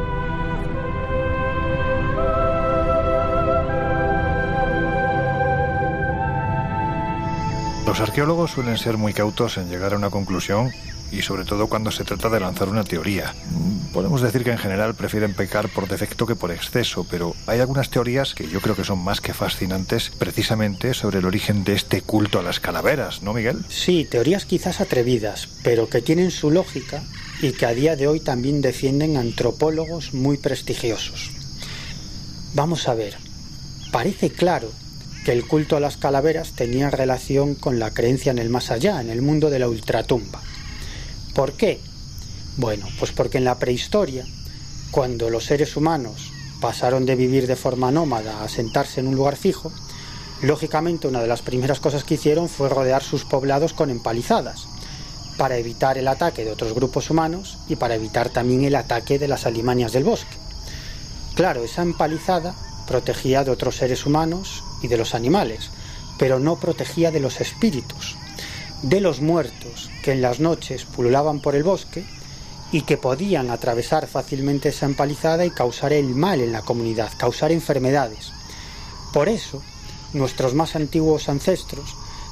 Los arqueólogos suelen ser muy cautos en llegar a una conclusión y sobre todo cuando se trata de lanzar una teoría. Podemos decir que en general prefieren pecar por defecto que por exceso, pero hay algunas teorías que yo creo que son más que fascinantes precisamente sobre el origen de este culto a las calaveras, ¿no, Miguel? Sí, teorías quizás atrevidas, pero que tienen su lógica y que a día de hoy también defienden antropólogos muy prestigiosos. Vamos a ver, parece claro que el culto a las calaveras tenía relación con la creencia en el más allá, en el mundo de la ultratumba. ¿Por qué? Bueno, pues porque en la prehistoria, cuando los seres humanos pasaron de vivir de forma nómada a asentarse en un lugar fijo, lógicamente una de las primeras cosas que hicieron fue rodear sus poblados con empalizadas, para evitar el ataque de otros grupos humanos y para evitar también el ataque de las alimañas del bosque. Claro, esa empalizada protegía de otros seres humanos y de los animales, pero no protegía de los espíritus, de los muertos que en las noches pululaban por el bosque y que podían atravesar fácilmente esa empalizada y causar el mal en la comunidad, causar enfermedades. Por eso, nuestros más antiguos ancestros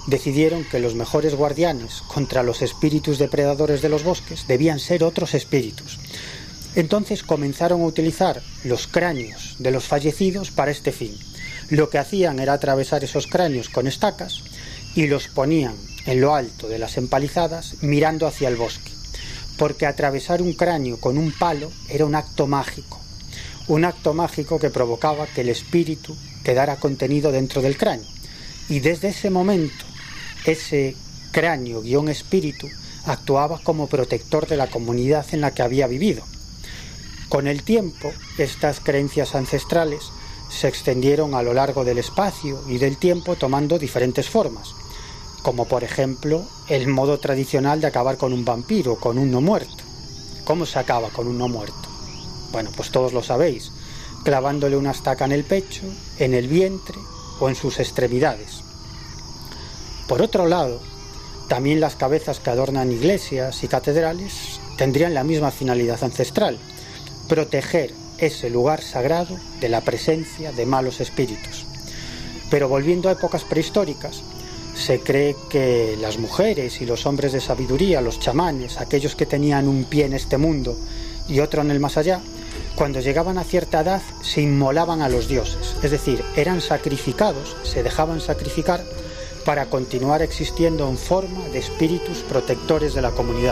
decidieron que los mejores guardianes contra los espíritus depredadores de los bosques debían ser otros espíritus. Entonces comenzaron a utilizar los cráneos de los fallecidos para este fin. Lo que hacían era atravesar esos cráneos con estacas y los ponían en lo alto de las empalizadas mirando hacia el bosque, porque atravesar un cráneo con un palo era un acto mágico, un acto mágico que provocaba que el espíritu quedara contenido dentro del cráneo, y desde ese momento ese cráneo guión espíritu actuaba como protector de la comunidad en la que había vivido. Con el tiempo, estas creencias ancestrales se extendieron a lo largo del espacio y del tiempo tomando diferentes formas, como por ejemplo el modo tradicional de acabar con un vampiro, con un no muerto. ¿Cómo se acaba con un no muerto? Bueno, pues todos lo sabéis, clavándole una estaca en el pecho, en el vientre o en sus extremidades. Por otro lado, también las cabezas que adornan iglesias y catedrales tendrían la misma finalidad ancestral: proteger ese lugar sagrado de la presencia de malos espíritus. Pero volviendo a épocas prehistóricas, se cree que las mujeres y los hombres de sabiduría, los chamanes, aquellos que tenían un pie en este mundo y otro en el más allá, cuando llegaban a cierta edad se inmolaban a los dioses, es decir, eran sacrificados, se dejaban sacrificar para continuar existiendo en forma de espíritus protectores de la comunidad.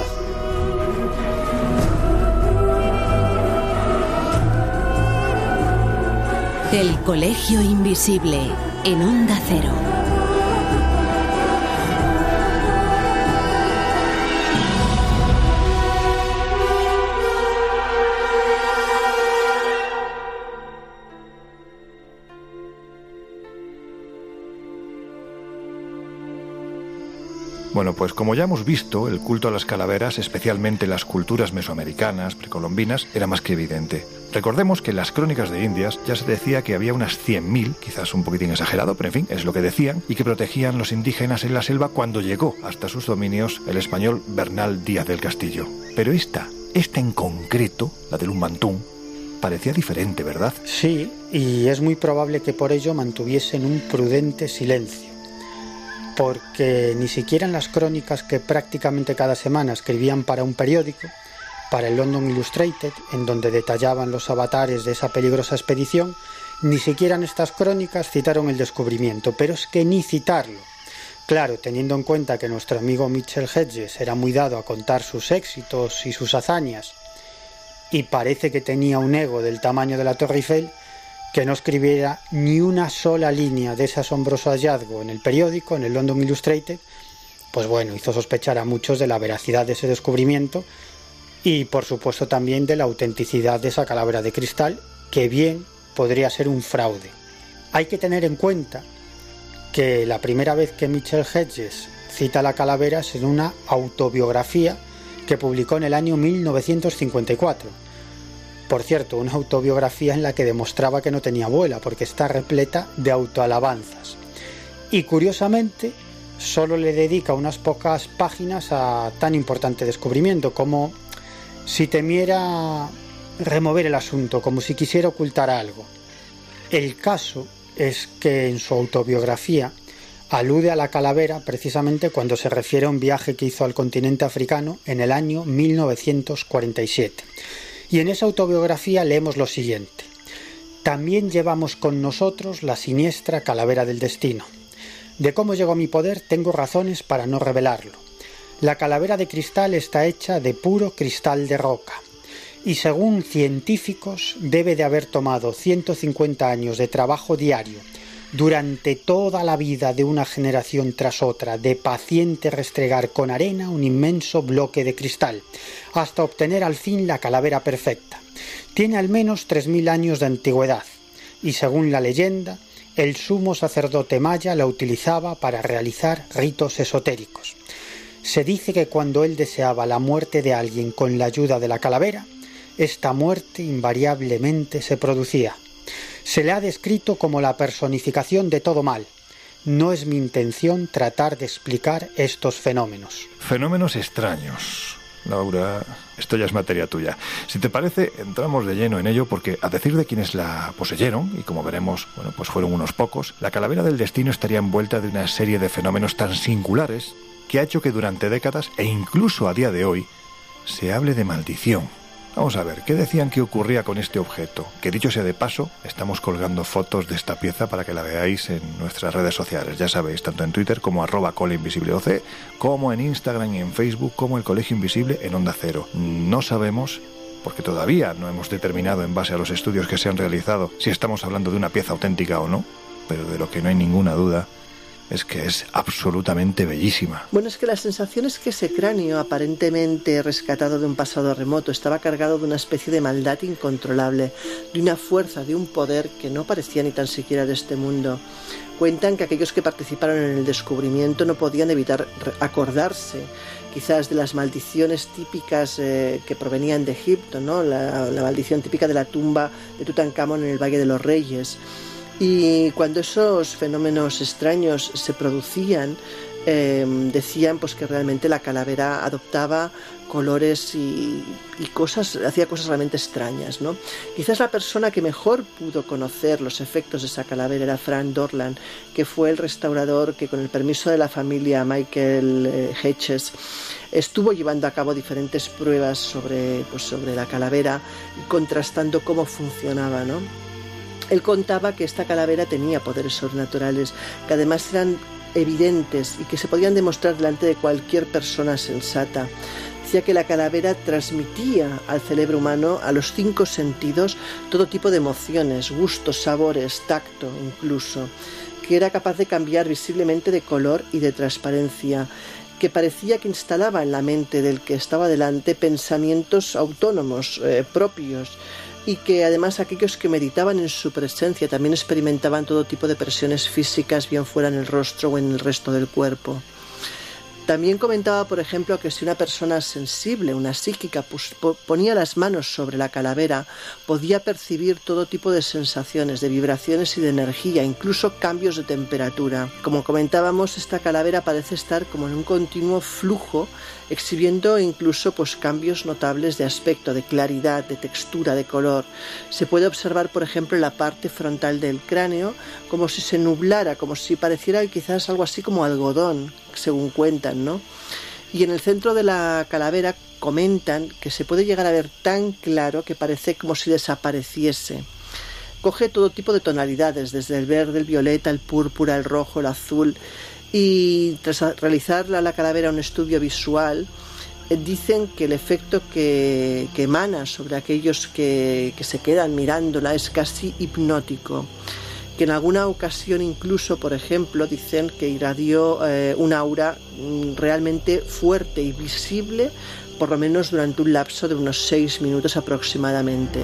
El Colegio Invisible, en Onda Cero. Bueno, pues como ya hemos visto, el culto a las calaveras, especialmente las culturas mesoamericanas, precolombinas, era más que evidente. Recordemos que en las crónicas de Indias ya se decía que había unas cien mil, quizás un poquitín exagerado, pero en fin, es lo que decían, y que protegían los indígenas en la selva cuando llegó hasta sus dominios el español Bernal Díaz del Castillo. Pero esta, esta en concreto, la del Umbantún, parecía diferente, ¿verdad? Sí, y es muy probable que por ello mantuviesen un prudente silencio, porque ni siquiera en las crónicas que prácticamente cada semana escribían para un periódico, para el London Illustrated, en donde detallaban los avatares de esa peligrosa expedición, ni siquiera en estas crónicas citaron el descubrimiento, pero es que ni citarlo. Claro, teniendo en cuenta que nuestro amigo Mitchell Hedges era muy dado a contar sus éxitos y sus hazañas, y parece que tenía un ego del tamaño de la Torre Eiffel, que no escribiera ni una sola línea de ese asombroso hallazgo en el periódico, en el London Illustrated, pues bueno, hizo sospechar a muchos de la veracidad de ese descubrimiento y por supuesto también de la autenticidad de esa calavera de cristal, que bien podría ser un fraude. Hay que tener en cuenta que la primera vez que Mitchell Hedges cita la calavera es en una autobiografía que publicó en el año mil novecientos cincuenta y cuatro. Por cierto, una autobiografía en la que demostraba que no tenía abuela, porque está repleta de autoalabanzas. Y curiosamente, solo le dedica unas pocas páginas a tan importante descubrimiento, como si temiera remover el asunto, como si quisiera ocultar algo. El caso es que en su autobiografía alude a la calavera precisamente cuando se refiere a un viaje que hizo al continente africano en el año mil novecientos cuarenta y siete. Y en esa autobiografía leemos lo siguiente: también llevamos con nosotros la siniestra calavera del destino. De cómo llegó a mi poder tengo razones para no revelarlo. La calavera de cristal está hecha de puro cristal de roca, y según científicos debe de haber tomado ciento cincuenta años de trabajo diario durante toda la vida de una generación tras otra de paciente restregar con arena un inmenso bloque de cristal, hasta obtener al fin la calavera perfecta. Tiene al menos tres mil años de antigüedad, y según la leyenda, el sumo sacerdote maya la utilizaba para realizar ritos esotéricos. Se dice que cuando él deseaba la muerte de alguien con la ayuda de la calavera, esta muerte invariablemente se producía. Se le ha descrito como la personificación de todo mal. No es mi intención tratar de explicar estos fenómenos. Fenómenos extraños, Laura, esto ya es materia tuya. Si te parece, entramos de lleno en ello porque, a decir de quienes la poseyeron, y como veremos, bueno, pues fueron unos pocos, la calavera del destino estaría envuelta de una serie de fenómenos tan singulares que ha hecho que durante décadas, e incluso a día de hoy, se hable de maldición. Vamos a ver, ¿qué decían que ocurría con este objeto? Que dicho sea de paso, estamos colgando fotos de esta pieza para que la veáis en nuestras redes sociales. Ya sabéis, tanto en Twitter como arroba coleinvisibleoc, como en Instagram y en Facebook como el Colegio Invisible en Onda Cero. No sabemos, porque todavía no hemos determinado en base a los estudios que se han realizado si estamos hablando de una pieza auténtica o no, pero de lo que no hay ninguna duda es que es absolutamente bellísima. Bueno, es que la sensación es que ese cráneo, aparentemente rescatado de un pasado remoto, estaba cargado de una especie de maldad incontrolable, de una fuerza, de un poder que no parecía ni tan siquiera de este mundo. Cuentan que aquellos que participaron en el descubrimiento no podían evitar acordarse, quizás de las maldiciones típicas eh, que provenían de Egipto, ¿no? La, la maldición típica de la tumba de Tutankamón en el Valle de los Reyes. Y cuando esos fenómenos extraños se producían, eh, decían pues que realmente la calavera adoptaba colores y, y cosas, hacía cosas realmente extrañas, ¿no? Quizás la persona que mejor pudo conocer los efectos de esa calavera era Frank Dorland, que fue el restaurador que, con el permiso de la familia Michael eh, Hedges, estuvo llevando a cabo diferentes pruebas sobre, pues, sobre la calavera y contrastando cómo funcionaba, ¿no? Él contaba que esta calavera tenía poderes sobrenaturales, que además eran evidentes y que se podían demostrar delante de cualquier persona sensata. Decía que la calavera transmitía al cerebro humano, a los cinco sentidos, todo tipo de emociones, gustos, sabores, tacto incluso, que era capaz de cambiar visiblemente de color y de transparencia, que parecía que instalaba en la mente del que estaba delante pensamientos autónomos, eh, propios, y que además aquellos que meditaban en su presencia también experimentaban todo tipo de presiones físicas, bien fuera en el rostro o en el resto del cuerpo. También comentaba, por ejemplo, que si una persona sensible, una psíquica, pues, ponía las manos sobre la calavera, podía percibir todo tipo de sensaciones, de vibraciones y de energía, incluso cambios de temperatura. Como comentábamos, esta calavera parece estar como en un continuo flujo, exhibiendo incluso pues, cambios notables de aspecto, de claridad, de textura, de color. Se puede observar, por ejemplo, en la parte frontal del cráneo, como si se nublara, como si pareciera quizás algo así como algodón, según cuentan, ¿no? Y en el centro de la calavera comentan que se puede llegar a ver tan claro que parece como si desapareciese. Coge todo tipo de tonalidades, desde el verde, el violeta, el púrpura, el rojo, el azul, y tras realizar la, la calavera un estudio visual, eh, dicen que el efecto que, que emana sobre aquellos que, que se quedan mirándola es casi hipnótico, que en alguna ocasión incluso, por ejemplo, dicen que irradió eh, un aura mm, realmente fuerte y visible, por lo menos durante un lapso de unos seis minutos aproximadamente.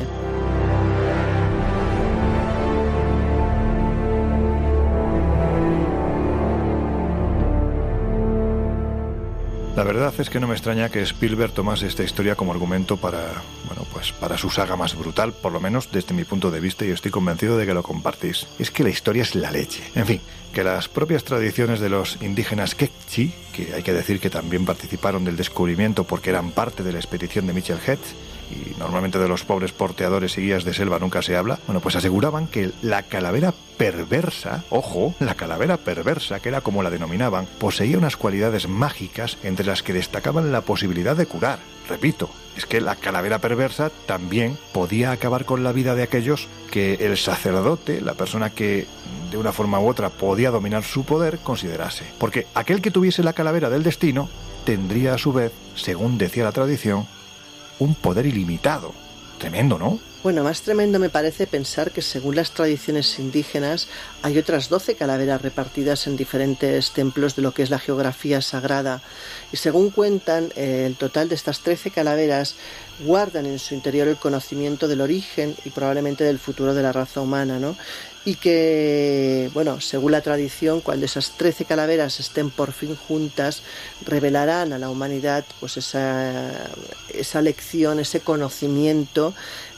La verdad es que no me extraña que Spielberg tomase esta historia como argumento para, bueno, pues para su saga más brutal, por lo menos desde mi punto de vista, y estoy convencido de que lo compartís. Es que la historia es la leche. En fin, que las propias tradiciones de los indígenas Quechí, que hay que decir que también participaron del descubrimiento porque eran parte de la expedición de Mitchell Hedges, y normalmente de los pobres porteadores y guías de selva nunca se habla, bueno, pues aseguraban que la calavera perversa, ojo, la calavera perversa, que era como la denominaban, poseía unas cualidades mágicas entre las que destacaban la posibilidad de curar. Repito, es que la calavera perversa también podía acabar con la vida de aquellos que el sacerdote, la persona que de una forma u otra podía dominar su poder, considerase. Porque aquel que tuviese la calavera del destino tendría a su vez, según decía la tradición, un poder ilimitado. Tremendo, ¿no? Bueno, más tremendo me parece pensar que según las tradiciones indígenas hay otras doce calaveras repartidas en diferentes templos de lo que es la geografía sagrada. Y según cuentan, eh, el total de estas trece calaveras guardan en su interior el conocimiento del origen y probablemente del futuro de la raza humana, ¿no? Y que, bueno, según la tradición, cuando esas trece calaveras estén por fin juntas, revelarán a la humanidad pues esa, esa lección, ese conocimiento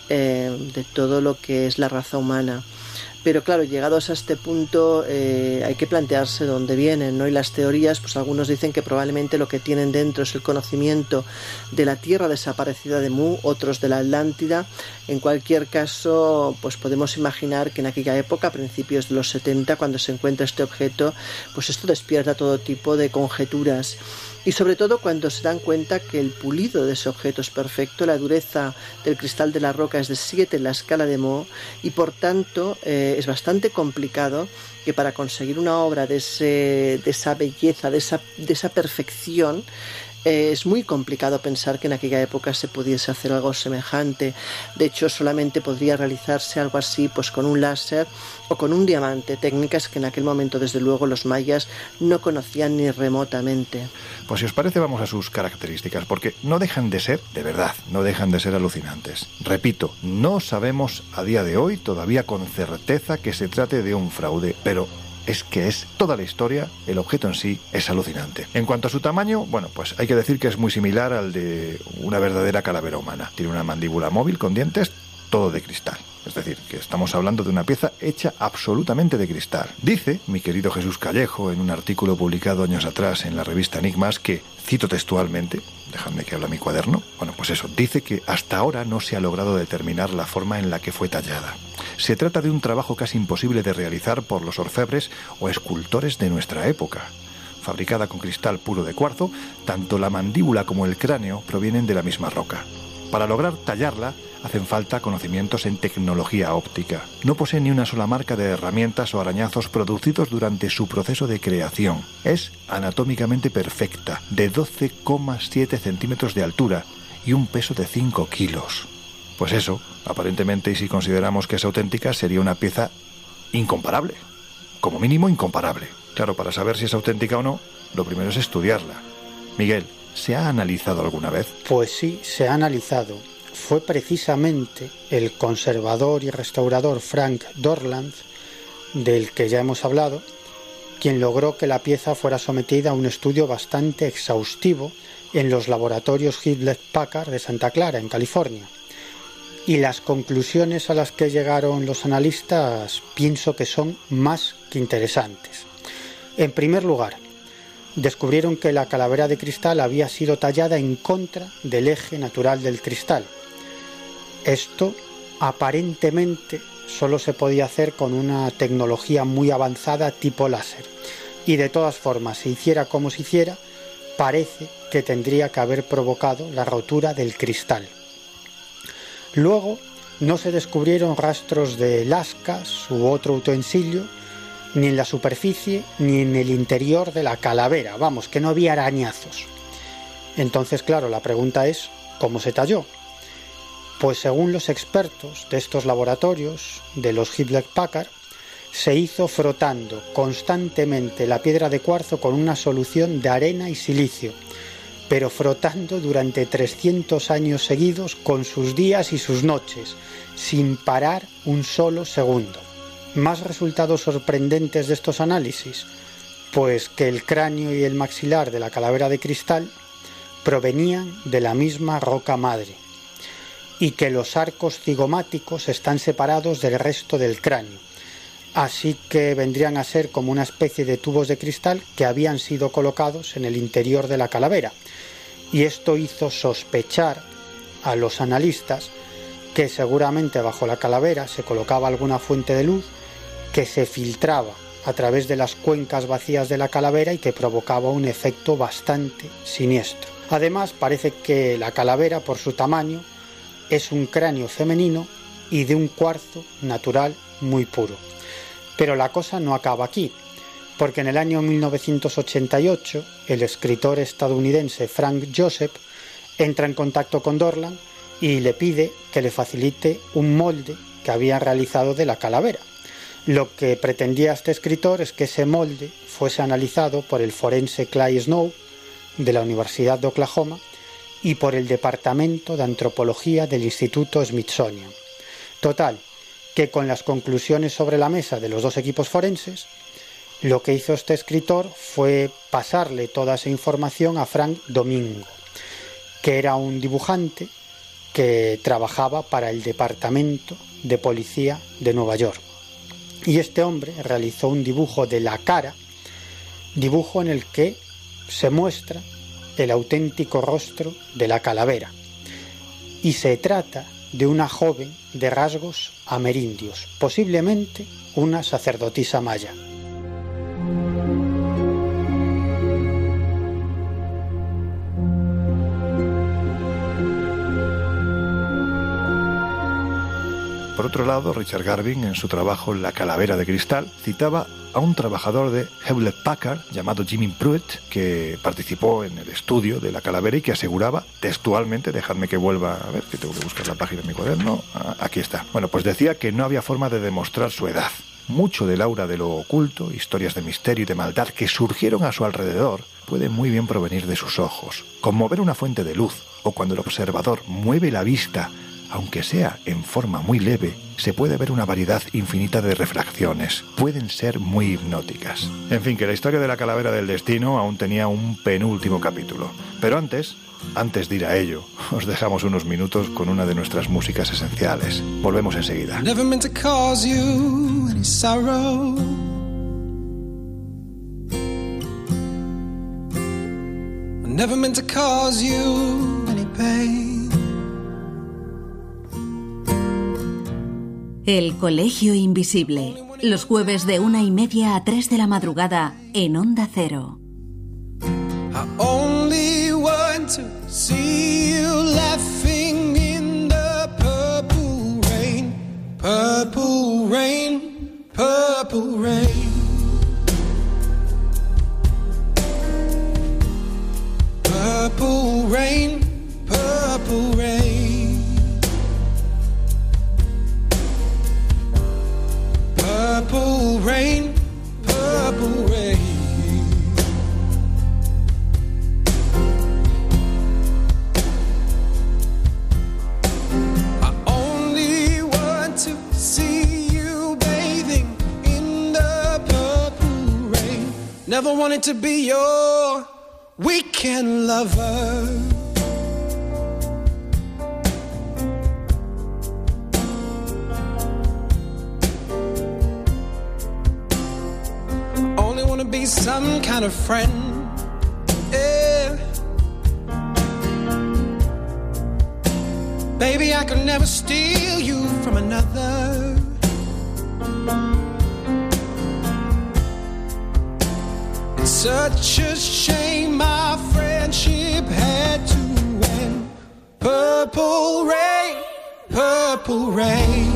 eh, de todo lo que es la raza humana. Pero claro, llegados a este punto eh, hay que plantearse dónde vienen, ¿no? Y las teorías, pues algunos dicen que probablemente lo que tienen dentro es el conocimiento de la tierra desaparecida de Mu, otros de la Atlántida. En cualquier caso, pues podemos imaginar que en aquella época, a principios de los setenta, cuando se encuentra este objeto, pues esto despierta todo tipo de conjeturas. Y sobre todo cuando se dan cuenta que el pulido de ese objeto es perfecto, la dureza del cristal de la roca es de siete en la escala de Mohs, y por tanto eh, es bastante complicado que para conseguir una obra de, ese, de esa belleza, de esa, de esa perfección, Eh, es muy complicado pensar que en aquella época se pudiese hacer algo semejante. De hecho, solamente podría realizarse algo así pues con un láser o con un diamante, técnicas que en aquel momento desde luego los mayas no conocían ni remotamente. Pues si os parece vamos a sus características, porque no dejan de ser, de verdad, no dejan de ser alucinantes. Repito, no sabemos a día de hoy todavía con certeza que se trate de un fraude, pero es que es toda la historia, el objeto en sí es alucinante. En cuanto a su tamaño, bueno, pues hay que decir que es muy similar al de una verdadera calavera humana. Tiene una mandíbula móvil con dientes, todo de cristal. Es decir, que estamos hablando de una pieza hecha absolutamente de cristal. Dice mi querido Jesús Callejo en un artículo publicado años atrás en la revista Enigmas que, cito textualmente, dejadme que habla mi cuaderno, bueno, pues eso, dice que hasta ahora no se ha logrado determinar la forma en la que fue tallada. Se trata de un trabajo casi imposible de realizar por los orfebres o escultores de nuestra época. Fabricada con cristal puro de cuarzo, tanto la mandíbula como el cráneo provienen de la misma roca. Para lograr tallarla, hacen falta conocimientos en tecnología óptica. No posee ni una sola marca de herramientas o arañazos producidos durante su proceso de creación. Es anatómicamente perfecta, de doce coma siete centímetros de altura y un peso de cinco kilos. Pues eso, aparentemente, y si consideramos que es auténtica, sería una pieza incomparable. Como mínimo, incomparable. Claro, para saber si es auténtica o no, lo primero es estudiarla. Miguel, ¿se ha analizado alguna vez? Pues sí, se ha analizado. Fue precisamente el conservador y restaurador Frank Dorland, del que ya hemos hablado, quien logró que la pieza fuera sometida a un estudio bastante exhaustivo en los laboratorios Hewlett-Packard de Santa Clara, en California. Y las conclusiones a las que llegaron los analistas pienso que son más que interesantes. En primer lugar, descubrieron que la calavera de cristal había sido tallada en contra del eje natural del cristal. Esto aparentemente solo se podía hacer con una tecnología muy avanzada tipo láser. Y de todas formas, se hiciera como se hiciera, parece que tendría que haber provocado la rotura del cristal. Luego, no se descubrieron rastros de lascas u otro utensilio, ni en la superficie ni en el interior de la calavera, vamos, que no había arañazos. Entonces, claro, la pregunta es, ¿cómo se talló? Pues según los expertos de estos laboratorios, de los Hewlett-Packard, se hizo frotando constantemente la piedra de cuarzo con una solución de arena y silicio, pero frotando durante trescientos años seguidos con sus días y sus noches, sin parar un solo segundo. ¿Más resultados sorprendentes de estos análisis? Pues que el cráneo y el maxilar de la calavera de cristal provenían de la misma roca madre y que los arcos cigomáticos están separados del resto del cráneo, así que vendrían a ser como una especie de tubos de cristal que habían sido colocados en el interior de la calavera, y esto hizo sospechar a los analistas que seguramente bajo la calavera se colocaba alguna fuente de luz que se filtraba a través de las cuencas vacías de la calavera y que provocaba un efecto bastante siniestro. Además, parece que la calavera, por su tamaño, es un cráneo femenino y de un cuarzo natural muy puro. Pero la cosa no acaba aquí, porque en el año mil novecientos ochenta y ocho el escritor estadounidense Frank Joseph entra en contacto con Dorland y le pide que le facilite un molde que había realizado de la calavera. Lo que pretendía este escritor es que ese molde fuese analizado por el forense Clay Snow de la Universidad de Oklahoma y por el Departamento de Antropología del Instituto Smithsonian. Total, que con las conclusiones sobre la mesa de los dos equipos forenses, lo que hizo este escritor fue pasarle toda esa información a Frank Domingo, que era un dibujante que trabajaba para el Departamento de Policía de Nueva York. Y este hombre realizó un dibujo de la cara, dibujo en el que se muestra el auténtico rostro de la calavera. Y se trata de una joven de rasgos amerindios, posiblemente una sacerdotisa maya. Por otro lado, Richard Garvin, en su trabajo La calavera de cristal, citaba a un trabajador de Hewlett Packard llamado Jimmy Pruitt, que participó en el estudio de la calavera y que aseguraba textualmente, dejadme que vuelva a ver, que tengo que buscar la página en mi cuaderno, ah, aquí está. Bueno, pues decía que no había forma de demostrar su edad. Mucho del aura de lo oculto, historias de misterio y de maldad que surgieron a su alrededor, puede muy bien provenir de sus ojos. Conmover una fuente de luz, o cuando el observador mueve la vista, aunque sea en forma muy leve, se puede ver una variedad infinita de refracciones. Pueden ser muy hipnóticas. En fin, que la historia de la calavera del destino aún tenía un penúltimo capítulo. Pero antes, antes de ir a ello, os dejamos unos minutos con una de nuestras músicas esenciales. Volvemos enseguida. Never meant to cause you any sorrow. Never meant to cause you any pain. El Colegio Invisible, los jueves de una y media a tres de la madrugada en Onda Cero. I only want to see you laughing in the purple rain, purple rain, purple rain. Purple rain, purple rain. Purple rain, purple rain. I only want to see you bathing in the purple rain. Never wanted to be your weekend lover. Be some kind of friend, yeah. Baby, I could never steal you from another. It's such a shame my friendship had to end. Purple rain, purple rain.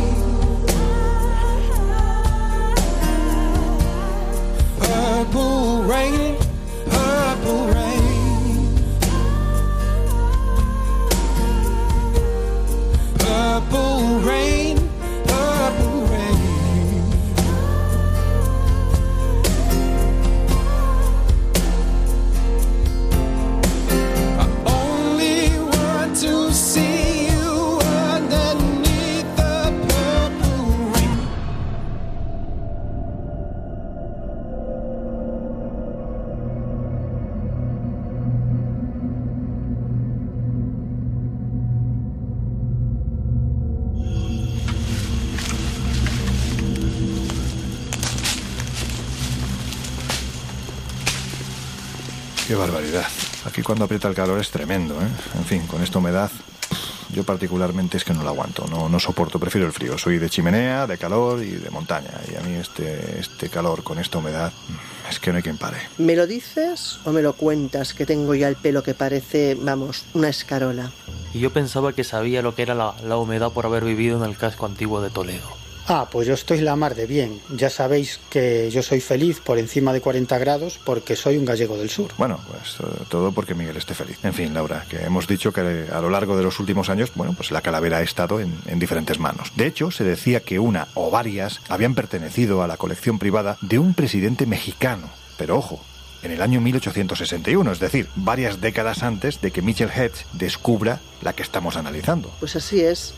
Purple rain, purple rain. Purple rain, purple rain. I only want to see you underneath the purple rain. Qué barbaridad. Aquí cuando aprieta el calor es tremendo, ¿eh? En fin, con esta humedad, yo particularmente es que no lo aguanto, no, no soporto, prefiero el frío. Soy de chimenea, de calor y de montaña. Y a mí este, este calor con esta humedad, es que no hay quien pare. ¿Me lo dices o me lo cuentas? Que tengo ya el pelo que parece, vamos, una escarola. Y yo pensaba que sabía lo que era la, la humedad por haber vivido en el casco antiguo de Toledo. Ah, pues yo estoy la mar de bien. Ya sabéis que yo soy feliz por encima de cuarenta grados porque soy un gallego del sur. Bueno, pues todo porque Miguel esté feliz. En fin, Laura, que hemos dicho que a lo largo de los últimos años, bueno, pues la calavera ha estado en, en diferentes manos. De hecho, se decía que una o varias habían pertenecido a la colección privada de un presidente mexicano. Pero ojo, en el año mil ochocientos sesenta y uno, es decir, varias décadas antes de que Mitchell Hedges descubra la que estamos analizando. Pues así es.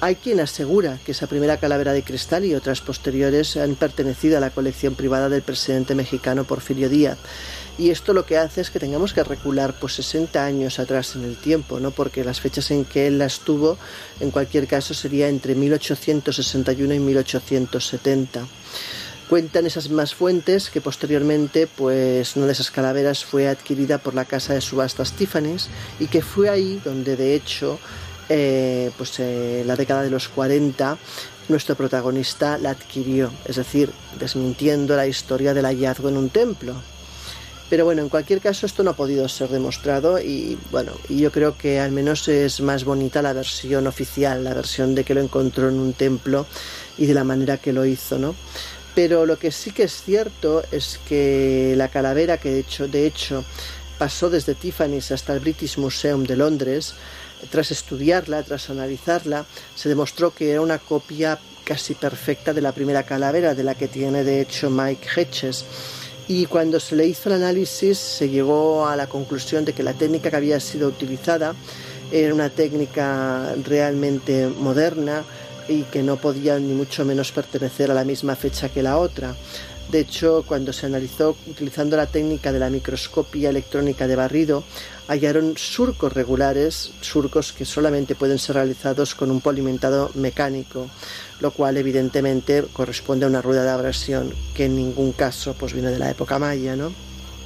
Hay quien asegura que esa primera calavera de cristal y otras posteriores han pertenecido a la colección privada del presidente mexicano Porfirio Díaz. Y esto lo que hace es que tengamos que recular pues sesenta años atrás en el tiempo, ¿no? Porque las fechas en que él las tuvo, en cualquier caso, sería entre mil ochocientos sesenta y uno y mil ochocientos setenta. Cuentan esas mismas fuentes que posteriormente pues una de esas calaveras fue adquirida por la casa de subastas Tiffany's y que fue ahí donde de hecho eh, pues eh, la década de los cuarenta nuestro protagonista la adquirió, es decir, desmintiendo la historia del hallazgo en un templo. Pero bueno, en cualquier caso esto no ha podido ser demostrado y bueno, y yo creo que al menos es más bonita la versión oficial, la versión de que lo encontró en un templo y de la manera que lo hizo, ¿no? Pero lo que sí que es cierto es que la calavera, que de hecho, de hecho pasó desde Tiffany's hasta el British Museum de Londres, tras estudiarla, tras analizarla, se demostró que era una copia casi perfecta de la primera calavera, de la que tiene de hecho Mike Hedges. Y cuando se le hizo el análisis se llegó a la conclusión de que la técnica que había sido utilizada era una técnica realmente moderna y que no podía ni mucho menos pertenecer a la misma fecha que la otra. De hecho, cuando se analizó utilizando la técnica de la microscopía electrónica de barrido, hallaron surcos regulares, surcos que solamente pueden ser realizados con un polimentado mecánico, lo cual evidentemente corresponde a una rueda de abrasión que en ningún caso pues viene de la época maya, ¿no?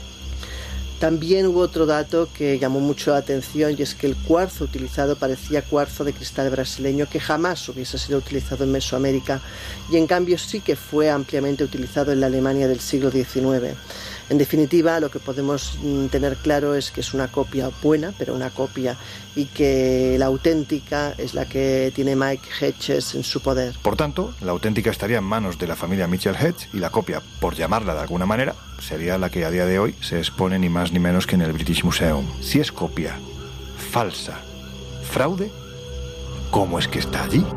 También hubo otro dato que llamó mucho la atención y es que el cuarzo utilizado parecía cuarzo de cristal brasileño que jamás hubiese sido utilizado en Mesoamérica y en cambio sí que fue ampliamente utilizado en la Alemania del siglo diecinueve. En definitiva, lo que podemos tener claro es que es una copia buena, pero una copia, y que la auténtica es la que tiene Mike Hedges en su poder. Por tanto, la auténtica estaría en manos de la familia Mitchell Hedges y la copia, por llamarla de alguna manera, sería la que a día de hoy se expone ni más ni menos que en el British Museum. Si es copia, falsa, fraude, ¿cómo es que está allí?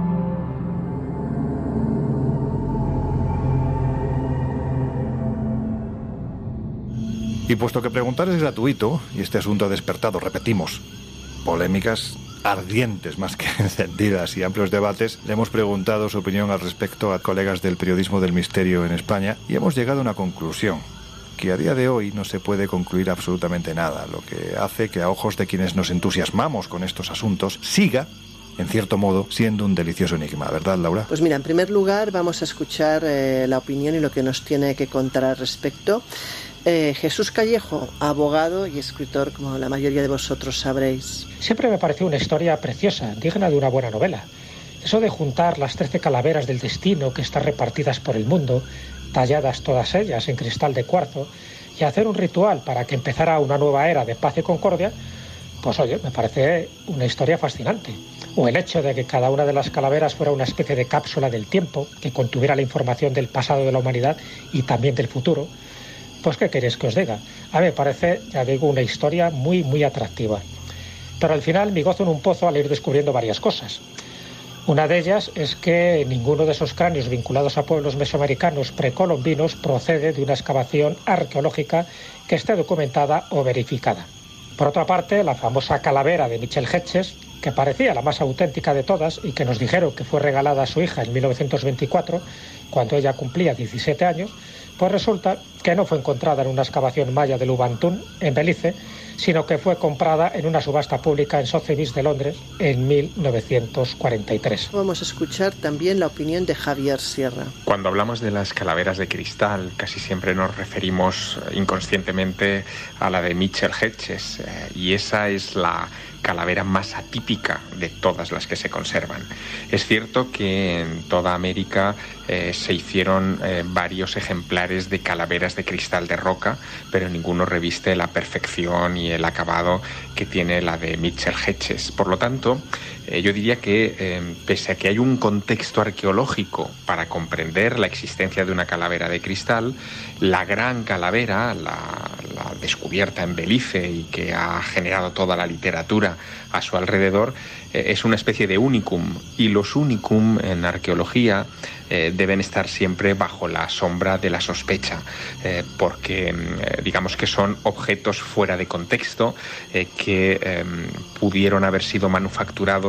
Y puesto que preguntar es gratuito, y este asunto ha despertado, repetimos, polémicas ardientes más que encendidas y amplios debates, le hemos preguntado su opinión al respecto a colegas del periodismo del misterio en España y hemos llegado a una conclusión, que a día de hoy no se puede concluir absolutamente nada, lo que hace que a ojos de quienes nos entusiasmamos con estos asuntos siga, en cierto modo, siendo un delicioso enigma, ¿verdad, Laura? Pues mira, en primer lugar vamos a escuchar eh, la opinión y lo que nos tiene que contar al respecto Eh, Jesús Callejo, abogado y escritor, como la mayoría de vosotros sabréis. Siempre me pareció una historia preciosa, digna de una buena novela. Eso de juntar las trece calaveras del destino que están repartidas por el mundo, talladas todas ellas en cristal de cuarzo, y hacer un ritual para que empezara una nueva era de paz y concordia, pues oye, me parece una historia fascinante. O el hecho de que cada una de las calaveras fuera una especie de cápsula del tiempo, que contuviera la información del pasado de la humanidad y también del futuro. Pues ¿qué queréis que os diga? A mí me parece, ya digo, una historia muy, muy atractiva. Pero al final me gozo en un pozo al ir descubriendo varias cosas. Una de ellas es que ninguno de esos cráneos vinculados a pueblos mesoamericanos precolombinos procede de una excavación arqueológica que esté documentada o verificada. Por otra parte, la famosa calavera de Mitchell Hedges, que parecía la más auténtica de todas y que nos dijeron que fue regalada a su hija en mil novecientos veinticuatro, cuando ella cumplía diecisiete años, pues resulta que no fue encontrada en una excavación maya de Lubantún, en Belice, sino que fue comprada en una subasta pública en Sotheby's de Londres en mil novecientos cuarenta y tres. Vamos a escuchar también la opinión de Javier Sierra. Cuando hablamos de las calaveras de cristal, casi siempre nos referimos inconscientemente a la de Mitchell Hedges, eh, y esa es la calavera más atípica de todas las que se conservan. Es cierto que en toda América eh, se hicieron eh, varios ejemplares de calaveras de cristal de roca, pero ninguno reviste la perfección y el acabado que tiene la de Mitchell Hedges. Por lo tanto, eh, yo diría que eh, pese a que hay un contexto arqueológico para comprender la existencia de una calavera de cristal, la gran calavera, la, la descubierta en Belice y que ha generado toda la literatura a su alrededor, eh, es una especie de unicum, y los unicum en arqueología eh, deben estar siempre bajo la sombra de la sospecha, eh, porque eh, digamos que son objetos fuera de contexto eh, que eh, pudieron haber sido manufacturados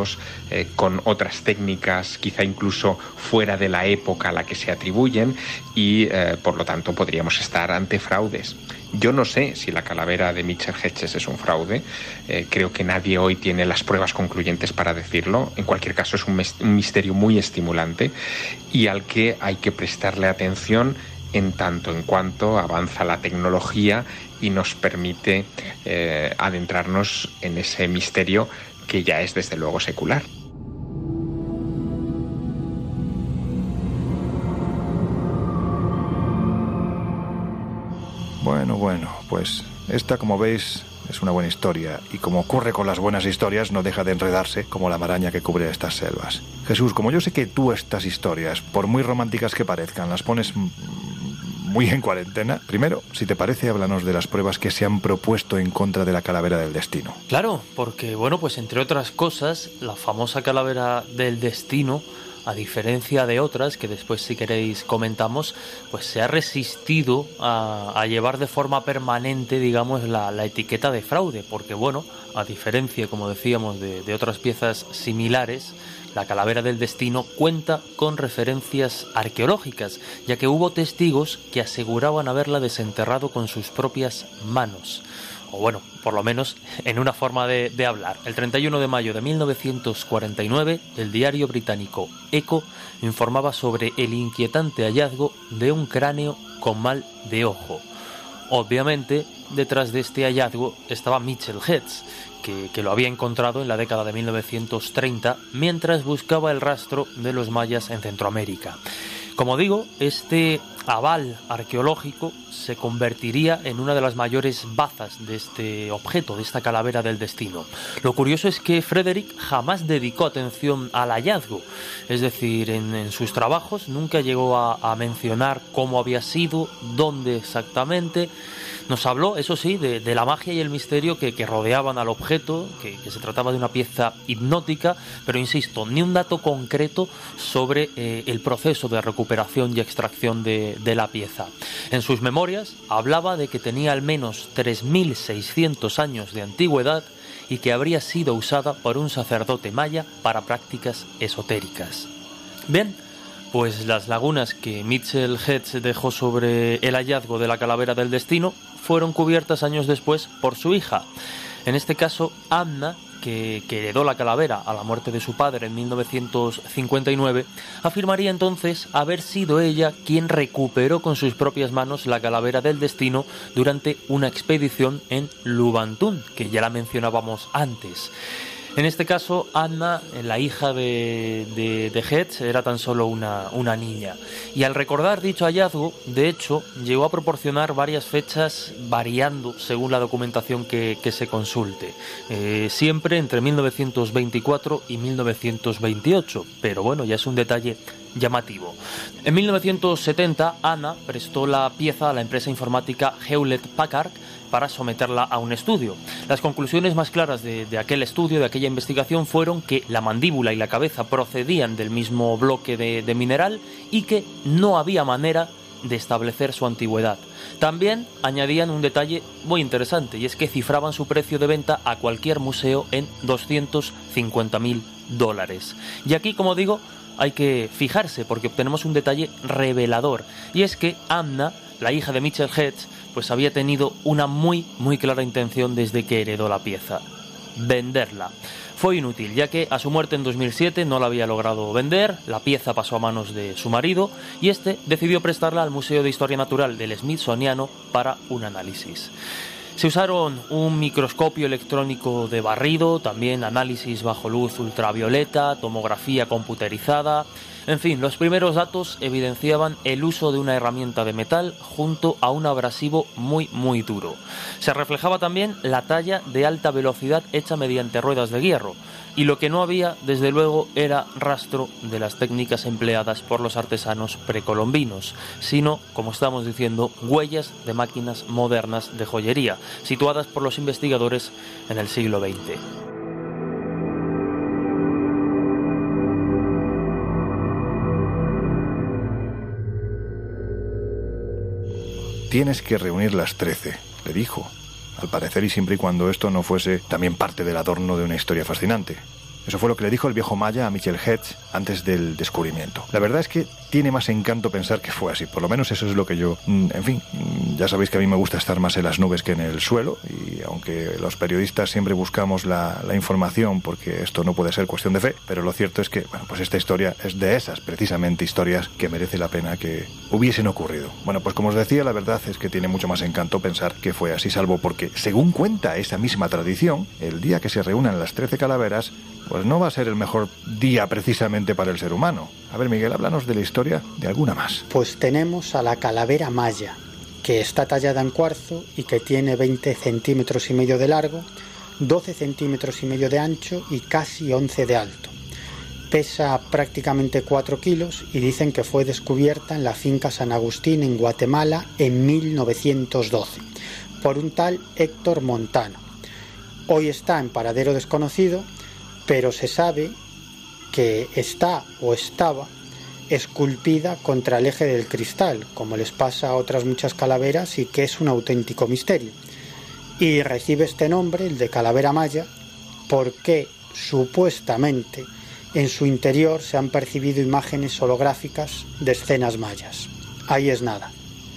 realizados eh, con otras técnicas, quizá incluso fuera de la época a la que se atribuyen, y eh, por lo tanto podríamos estar ante fraudes. Yo no sé si la calavera de Mitchell Hedges es un fraude, eh, creo que nadie hoy tiene las pruebas concluyentes para decirlo. En cualquier caso, es un, un misterio muy estimulante y al que hay que prestarle atención en tanto en cuanto avanza la tecnología y nos permite eh, adentrarnos en ese misterio que ya es desde luego secular. Bueno, bueno, pues esta, como veis, es una buena historia, y como ocurre con las buenas historias, no deja de enredarse como la maraña que cubre estas selvas. Jesús, como yo sé que tú estas historias, por muy románticas que parezcan, las pones muy en cuarentena, primero, si te parece, háblanos de las pruebas que se han propuesto en contra de la calavera del destino. Claro, porque, bueno, pues entre otras cosas, la famosa calavera del destino, a diferencia de otras, que después si queréis comentamos, pues se ha resistido a, a llevar de forma permanente, digamos, la, la etiqueta de fraude, porque bueno, a diferencia, como decíamos, de, de otras piezas similares, la calavera del destino cuenta con referencias arqueológicas, ya que hubo testigos que aseguraban haberla desenterrado con sus propias manos. O bueno, por lo menos en una forma de, de hablar. El treinta y uno de mayo de mil novecientos cuarenta y nueve, el diario británico Echo informaba sobre el inquietante hallazgo de un cráneo con mal de ojo. Obviamente, detrás de este hallazgo estaba Mitchell Hedges, que, que lo había encontrado en la década de mil novecientos treinta mientras buscaba el rastro de los mayas en Centroamérica. Como digo, este aval arqueológico se convertiría en una de las mayores bazas de este objeto, de esta calavera del destino. Lo curioso es que Frederick jamás dedicó atención al hallazgo, es decir, en, en sus trabajos nunca llegó a, a mencionar cómo había sido, dónde exactamente. Nos habló, eso sí, de, de la magia y el misterio que, que rodeaban al objeto, que, que se trataba de una pieza hipnótica, pero insisto, ni un dato concreto sobre eh, el proceso de recuperación y extracción de, de la pieza. En sus memorias hablaba de que tenía al menos tres mil seiscientos años de antigüedad y que habría sido usada por un sacerdote maya para prácticas esotéricas. Bien, pues las lagunas que Mitchell Hedges dejó sobre el hallazgo de la calavera del destino fueron cubiertas años después por su hija. En este caso, Anna, que, que heredó la calavera a la muerte de su padre en mil novecientos cincuenta y nueve, afirmaría entonces haber sido ella quien recuperó con sus propias manos la calavera del destino durante una expedición en Lubantún, que ya la mencionábamos antes. En este caso, Anna, la hija de, de, de Hedges, era tan solo una, una niña. Y al recordar dicho hallazgo, de hecho, llegó a proporcionar varias fechas variando según la documentación que, que se consulte. Eh, siempre entre mil novecientos veinticuatro y mil novecientos veintiocho, pero bueno, ya es un detalle llamativo. En mil novecientos setenta, Anna prestó la pieza a la empresa informática Hewlett Packard para someterla a un estudio. Las conclusiones más claras de, de aquel estudio, de aquella investigación, fueron que la mandíbula y la cabeza procedían del mismo bloque de, de mineral y que no había manera de establecer su antigüedad. También añadían un detalle muy interesante, y es que cifraban su precio de venta a cualquier museo en doscientos cincuenta mil dólares. Y aquí, como digo, hay que fijarse porque obtenemos un detalle revelador, y es que Anna, la hija de Mitchell Hedges, pues había tenido una muy, muy clara intención desde que heredó la pieza: venderla. Fue inútil, ya que a su muerte en dos mil siete no la había logrado vender, la pieza pasó a manos de su marido y este decidió prestarla al Museo de Historia Natural del Smithsoniano para un análisis. Se usaron un microscopio electrónico de barrido, también análisis bajo luz ultravioleta, tomografía computerizada. En fin, los primeros datos evidenciaban el uso de una herramienta de metal junto a un abrasivo muy muy duro. Se reflejaba también la talla de alta velocidad hecha mediante ruedas de hierro, y lo que no había, desde luego, era rastro de las técnicas empleadas por los artesanos precolombinos, sino, como estamos diciendo, huellas de máquinas modernas de joyería, situadas por los investigadores en el siglo veinte. Tienes que reunir las trece, le dijo. Al parecer, y siempre y cuando esto no fuese también parte del adorno de una historia fascinante. Eso fue lo que le dijo el viejo maya a Mitchell Hedges antes del descubrimiento. La verdad es que tiene más encanto pensar que fue así. Por lo menos eso es lo que yo... En fin, ya sabéis que a mí me gusta estar más en las nubes que en el suelo, y aunque los periodistas siempre buscamos la, la información porque esto no puede ser cuestión de fe, pero lo cierto es que, bueno, pues esta historia es de esas precisamente historias que merece la pena que hubiesen ocurrido. Bueno, pues como os decía, la verdad es que tiene mucho más encanto pensar que fue así, salvo porque, según cuenta esa misma tradición, el día que se reúnan las trece calaveras, pues no va a ser el mejor día precisamente para el ser humano. A ver, Miguel, háblanos de la historia de alguna más. Pues tenemos a la calavera maya, que está tallada en cuarzo y que tiene veinte centímetros y medio de largo, doce centímetros y medio de ancho y casi once de alto. Pesa prácticamente cuatro kilos y dicen que fue descubierta en la finca San Agustín en Guatemala en mil novecientos doce por un tal Héctor Montano. Hoy está en paradero desconocido, pero se sabe que está o estaba esculpida contra el eje del cristal, como les pasa a otras muchas calaveras, y que es un auténtico misterio. Y recibe este nombre, el de calavera maya, porque supuestamente en su interior se han percibido imágenes holográficas de escenas mayas. Ahí es nada.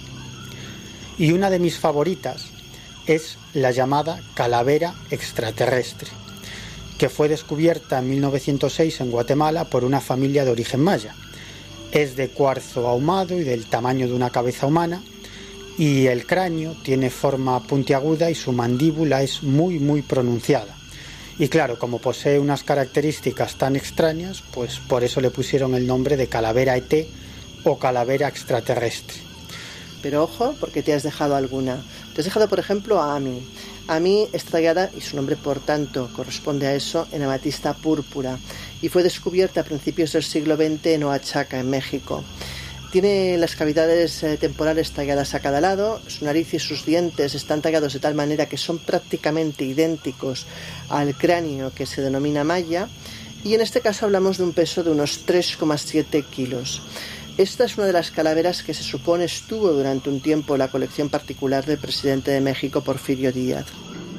Y una de mis favoritas es la llamada calavera extraterrestre, que fue descubierta en mil novecientos seis en Guatemala por una familia de origen maya. Es de cuarzo ahumado y del tamaño de una cabeza humana, y el cráneo tiene forma puntiaguda y su mandíbula es muy muy pronunciada. Y claro, como posee unas características tan extrañas, pues por eso le pusieron el nombre de calavera E T o calavera extraterrestre. Pero ojo, porque te has dejado alguna. Te has dejado, por ejemplo, a Ami. Ami está tallada, y su nombre por tanto corresponde a eso, en amatista púrpura, y fue descubierta a principios del siglo veinte en Oaxaca, en México. Tiene las cavidades eh, temporales talladas a cada lado, su nariz y sus dientes están tallados de tal manera que son prácticamente idénticos al cráneo que se denomina maya, y en este caso hablamos de un peso de unos tres coma siete kilos. Esta es una de las calaveras que se supone estuvo durante un tiempo en la colección particular del presidente de México, Porfirio Díaz.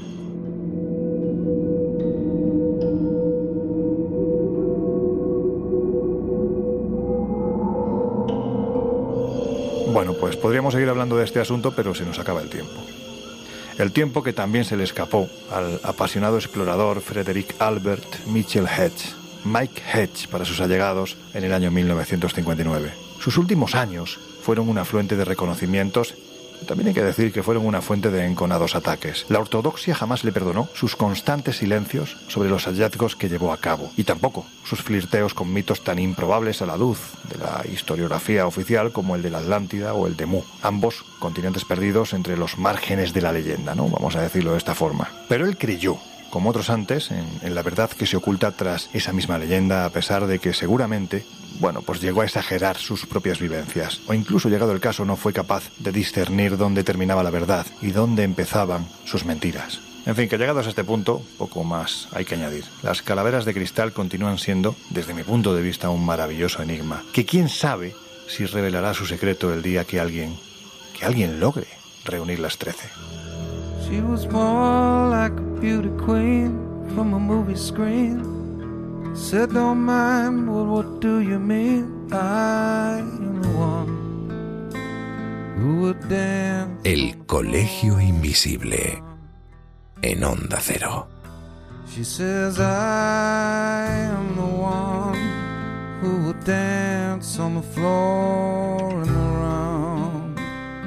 Bueno, pues podríamos seguir hablando de este asunto, pero se nos acaba el tiempo. El tiempo que también se le escapó al apasionado explorador Frederick Albert Mitchell Hedges, Mike Hedges para sus allegados, en el año mil novecientos cincuenta y nueve. Sus últimos años fueron una fuente de reconocimientos. También hay que decir que fueron una fuente de enconados ataques. La ortodoxia jamás le perdonó sus constantes silencios sobre los hallazgos que llevó a cabo, y tampoco sus flirteos con mitos tan improbables a la luz de la historiografía oficial como el de la Atlántida o el de Mu, ambos continentes perdidos entre los márgenes de la leyenda, ¿no? Vamos a decirlo de esta forma. Pero él creyó, como otros antes, en, en la verdad que se oculta tras esa misma leyenda, a pesar de que seguramente, bueno, pues llegó a exagerar sus propias vivencias, o incluso, llegado el caso, no fue capaz de discernir dónde terminaba la verdad y dónde empezaban sus mentiras. En fin, que llegados a este punto, poco más hay que añadir. Las calaveras de cristal continúan siendo, desde mi punto de vista, un maravilloso enigma, que quién sabe si revelará su secreto el día que alguien, que alguien logre reunir las trece. She was more like a beauty queen from a movie screen. Said don't mind, well what do you mean? I am the one who would dance. El Colegio Invisible en Onda Cero. She says I am the one who would dance on the floor and around.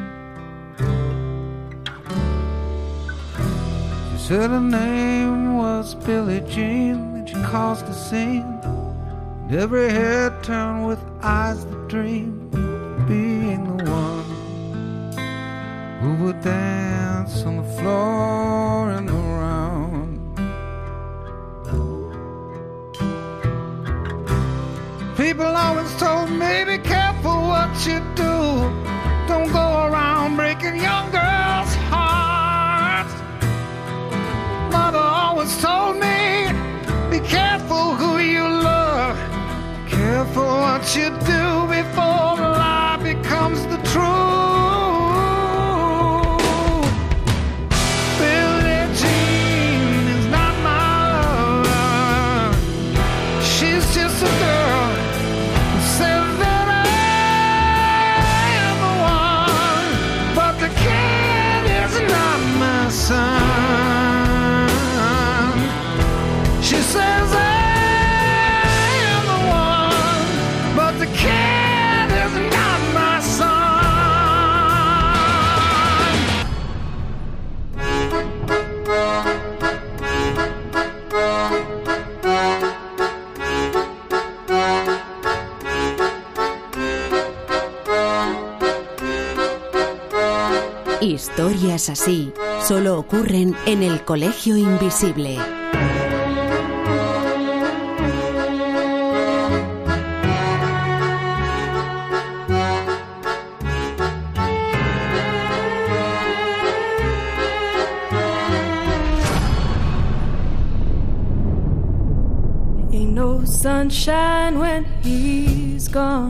She said her name was Billie Jean, and she caused a scene, and every head turned with eyes that dream, being the one who would dance on the floor and around. People always told me, be careful what you do. Don't go around breaking young girls' hearts. Mother always told me, be careful who you love. Careful what you do before the lie becomes the truth. Billie Jean is not my lover. Historias así solo ocurren en el Colegio Invisible. Ain't no sunshine when he's gone.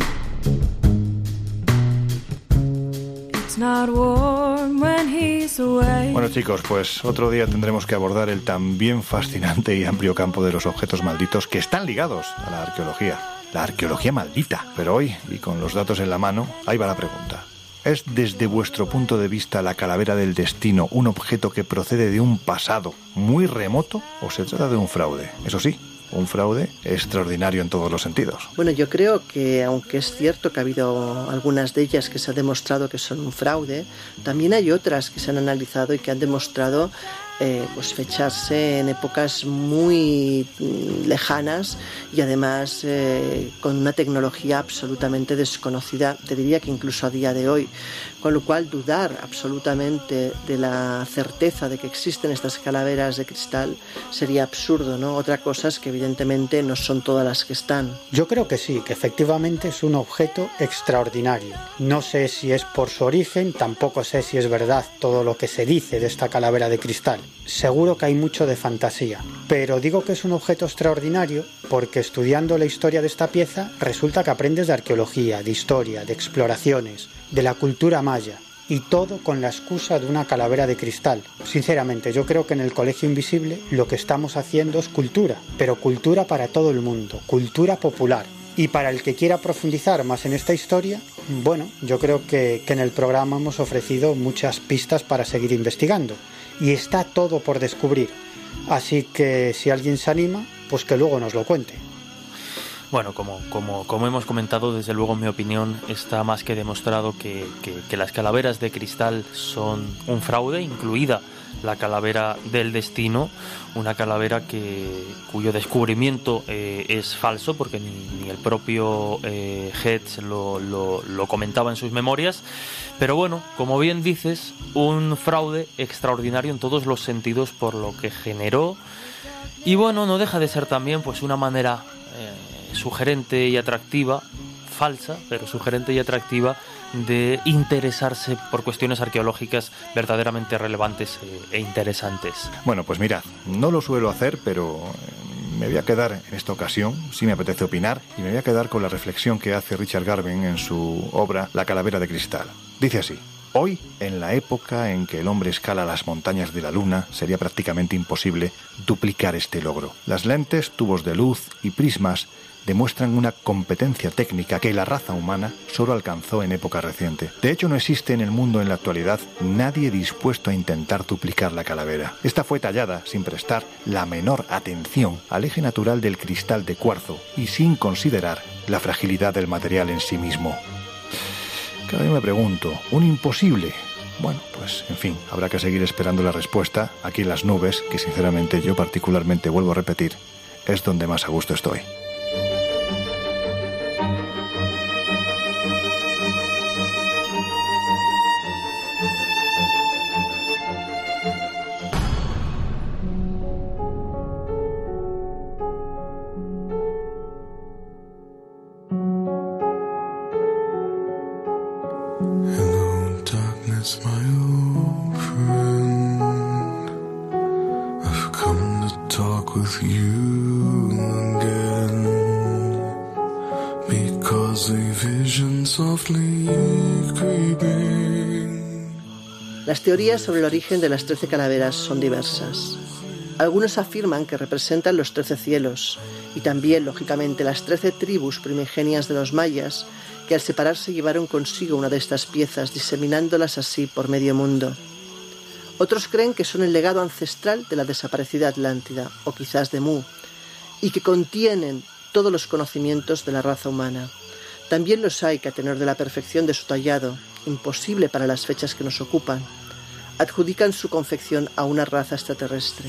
Bueno, chicos, pues otro día tendremos que abordar el también fascinante y amplio campo de los objetos malditos que están ligados a la arqueología. La arqueología maldita. Pero hoy, y con los datos en la mano, ahí va la pregunta. ¿Es desde vuestro punto de vista la calavera del destino un objeto que procede de un pasado muy remoto o se trata de un fraude? Eso sí, un fraude extraordinario en todos los sentidos. Bueno, yo creo que aunque es cierto que ha habido algunas de ellas que se ha demostrado que son un fraude, también hay otras que se han analizado y que han demostrado eh, pues fecharse en épocas muy lejanas y además eh, con una tecnología absolutamente desconocida, te diría que incluso a día de hoy, con lo cual dudar absolutamente de la certeza de que existen estas calaveras de cristal sería absurdo, ¿no? Otra cosa es que evidentemente no son todas las que están. Yo creo que sí, que efectivamente es un objeto extraordinario. No sé si es por su origen, tampoco sé si es verdad todo lo que se dice de esta calavera de cristal. Seguro que hay mucho de fantasía, pero digo que es un objeto extraordinario porque estudiando la historia de esta pieza resulta que aprendes de arqueología, de historia, de exploraciones, de la cultura maya, y todo con la excusa de una calavera de cristal. Sinceramente, yo creo que en el Colegio Invisible lo que estamos haciendo es cultura, pero cultura para todo el mundo, cultura popular. Y para el que quiera profundizar más en esta historia, bueno, yo creo que, que en el programa hemos ofrecido muchas pistas para seguir investigando. Y está todo por descubrir. Así que si alguien se anima, pues que luego nos lo cuente. Bueno, como, como, como hemos comentado, desde luego en mi opinión está más que demostrado que, que, que las calaveras de cristal son un fraude, incluida la calavera del destino, una calavera que cuyo descubrimiento eh, es falso, porque ni, ni el propio eh, Hetz lo, lo, lo comentaba en sus memorias, pero bueno, como bien dices, un fraude extraordinario en todos los sentidos por lo que generó, y bueno, no deja de ser también pues una manera eh, sugerente y atractiva, falsa, pero sugerente y atractiva, de interesarse por cuestiones arqueológicas verdaderamente relevantes e interesantes. Bueno, pues mirad, no lo suelo hacer, pero me voy a quedar en esta ocasión, sí me apetece opinar, y me voy a quedar con la reflexión que hace Richard Garvin en su obra La calavera de cristal. Dice así: hoy, en la época en que el hombre escala las montañas de la luna, sería prácticamente imposible duplicar este logro. Las lentes, tubos de luz y prismas demuestran una competencia técnica que la raza humana solo alcanzó en época reciente. De hecho, no existe en el mundo en la actualidad nadie dispuesto a intentar duplicar la calavera. Esta fue tallada sin prestar la menor atención al eje natural del cristal de cuarzo y sin considerar la fragilidad del material en sí mismo. Cada vez me pregunto, ¿un imposible? Bueno, pues en fin, habrá que seguir esperando la respuesta aquí en las nubes, que sinceramente yo particularmente, vuelvo a repetir, es donde más a gusto estoy. Las teorías sobre el origen de las trece calaveras son diversas. Algunos afirman que representan los trece cielos y también, lógicamente, las trece tribus primigenias de los mayas que al separarse llevaron consigo una de estas piezas, diseminándolas así por medio mundo. Otros creen que son el legado ancestral de la desaparecida Atlántida, o quizás de Mu, y que contienen todos los conocimientos de la raza humana. También los hay que, a tenor de la perfección de su tallado, imposible para las fechas que nos ocupan, adjudican su confección a una raza extraterrestre.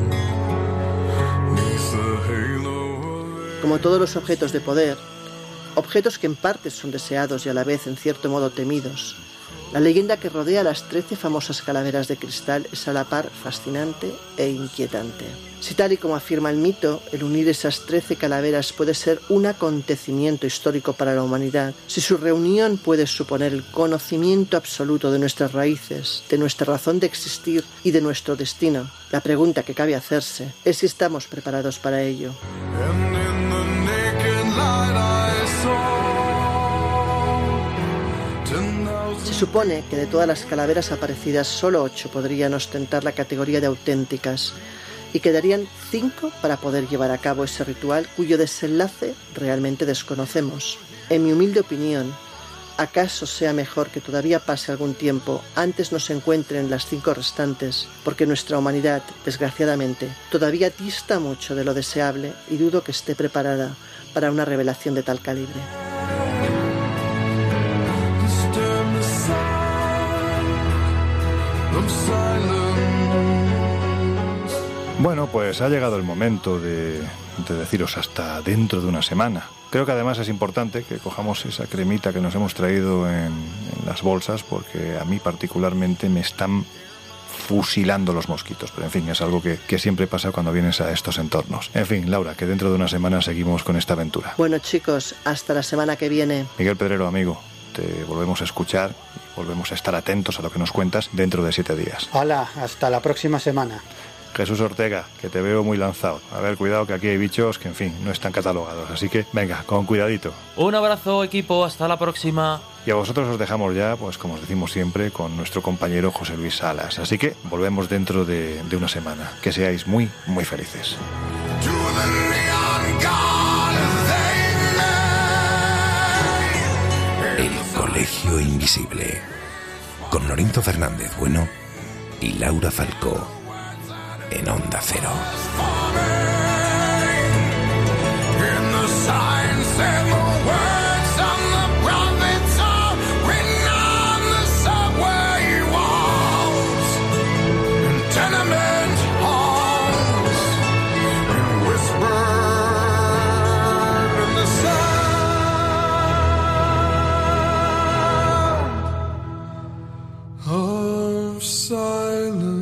Como todos los objetos de poder, objetos que en parte son deseados y a la vez en cierto modo temidos. La leyenda que rodea las trece famosas calaveras de cristal es a la par fascinante e inquietante. Si tal y como afirma el mito, el unir esas trece calaveras puede ser un acontecimiento histórico para la humanidad, si su reunión puede suponer el conocimiento absoluto de nuestras raíces, de nuestra razón de existir y de nuestro destino, la pregunta que cabe hacerse es si estamos preparados para ello. Se supone que de todas las calaveras aparecidas, solo ocho podrían ostentar la categoría de auténticas y quedarían cinco para poder llevar a cabo ese ritual cuyo desenlace realmente desconocemos. En mi humilde opinión, acaso sea mejor que todavía pase algún tiempo antes nos encuentren las cinco restantes, porque nuestra humanidad, desgraciadamente, todavía dista mucho de lo deseable y dudo que esté preparada para una revelación de tal calibre. Bueno, pues ha llegado el momento de, de deciros hasta dentro de una semana. Creo que además es importante que cojamos esa cremita que nos hemos traído en, en las bolsas, porque a mí particularmente me están fusilando los mosquitos. Pero en fin, es algo que, que siempre pasa cuando vienes a estos entornos. En fin, Laura, que dentro de una semana seguimos con esta aventura. Bueno, chicos, hasta la semana que viene. Miguel Pedrero, amigo, te volvemos a escuchar y volvemos a estar atentos a lo que nos cuentas dentro de siete días. Hola, hasta la próxima semana. Jesús Ortega, que te veo muy lanzado. A ver, cuidado, que aquí hay bichos que, en fin, no están catalogados. Así que, venga, con cuidadito. Un abrazo, equipo. Hasta la próxima. Y a vosotros os dejamos ya, pues como os decimos siempre, con nuestro compañero José Luis Salas. Así que volvemos dentro de, de una semana. Que seáis muy, muy felices. El Colegio Invisible. Con Lorenzo Fernández Bueno y Laura Falcó. En Onda Cero. Silence.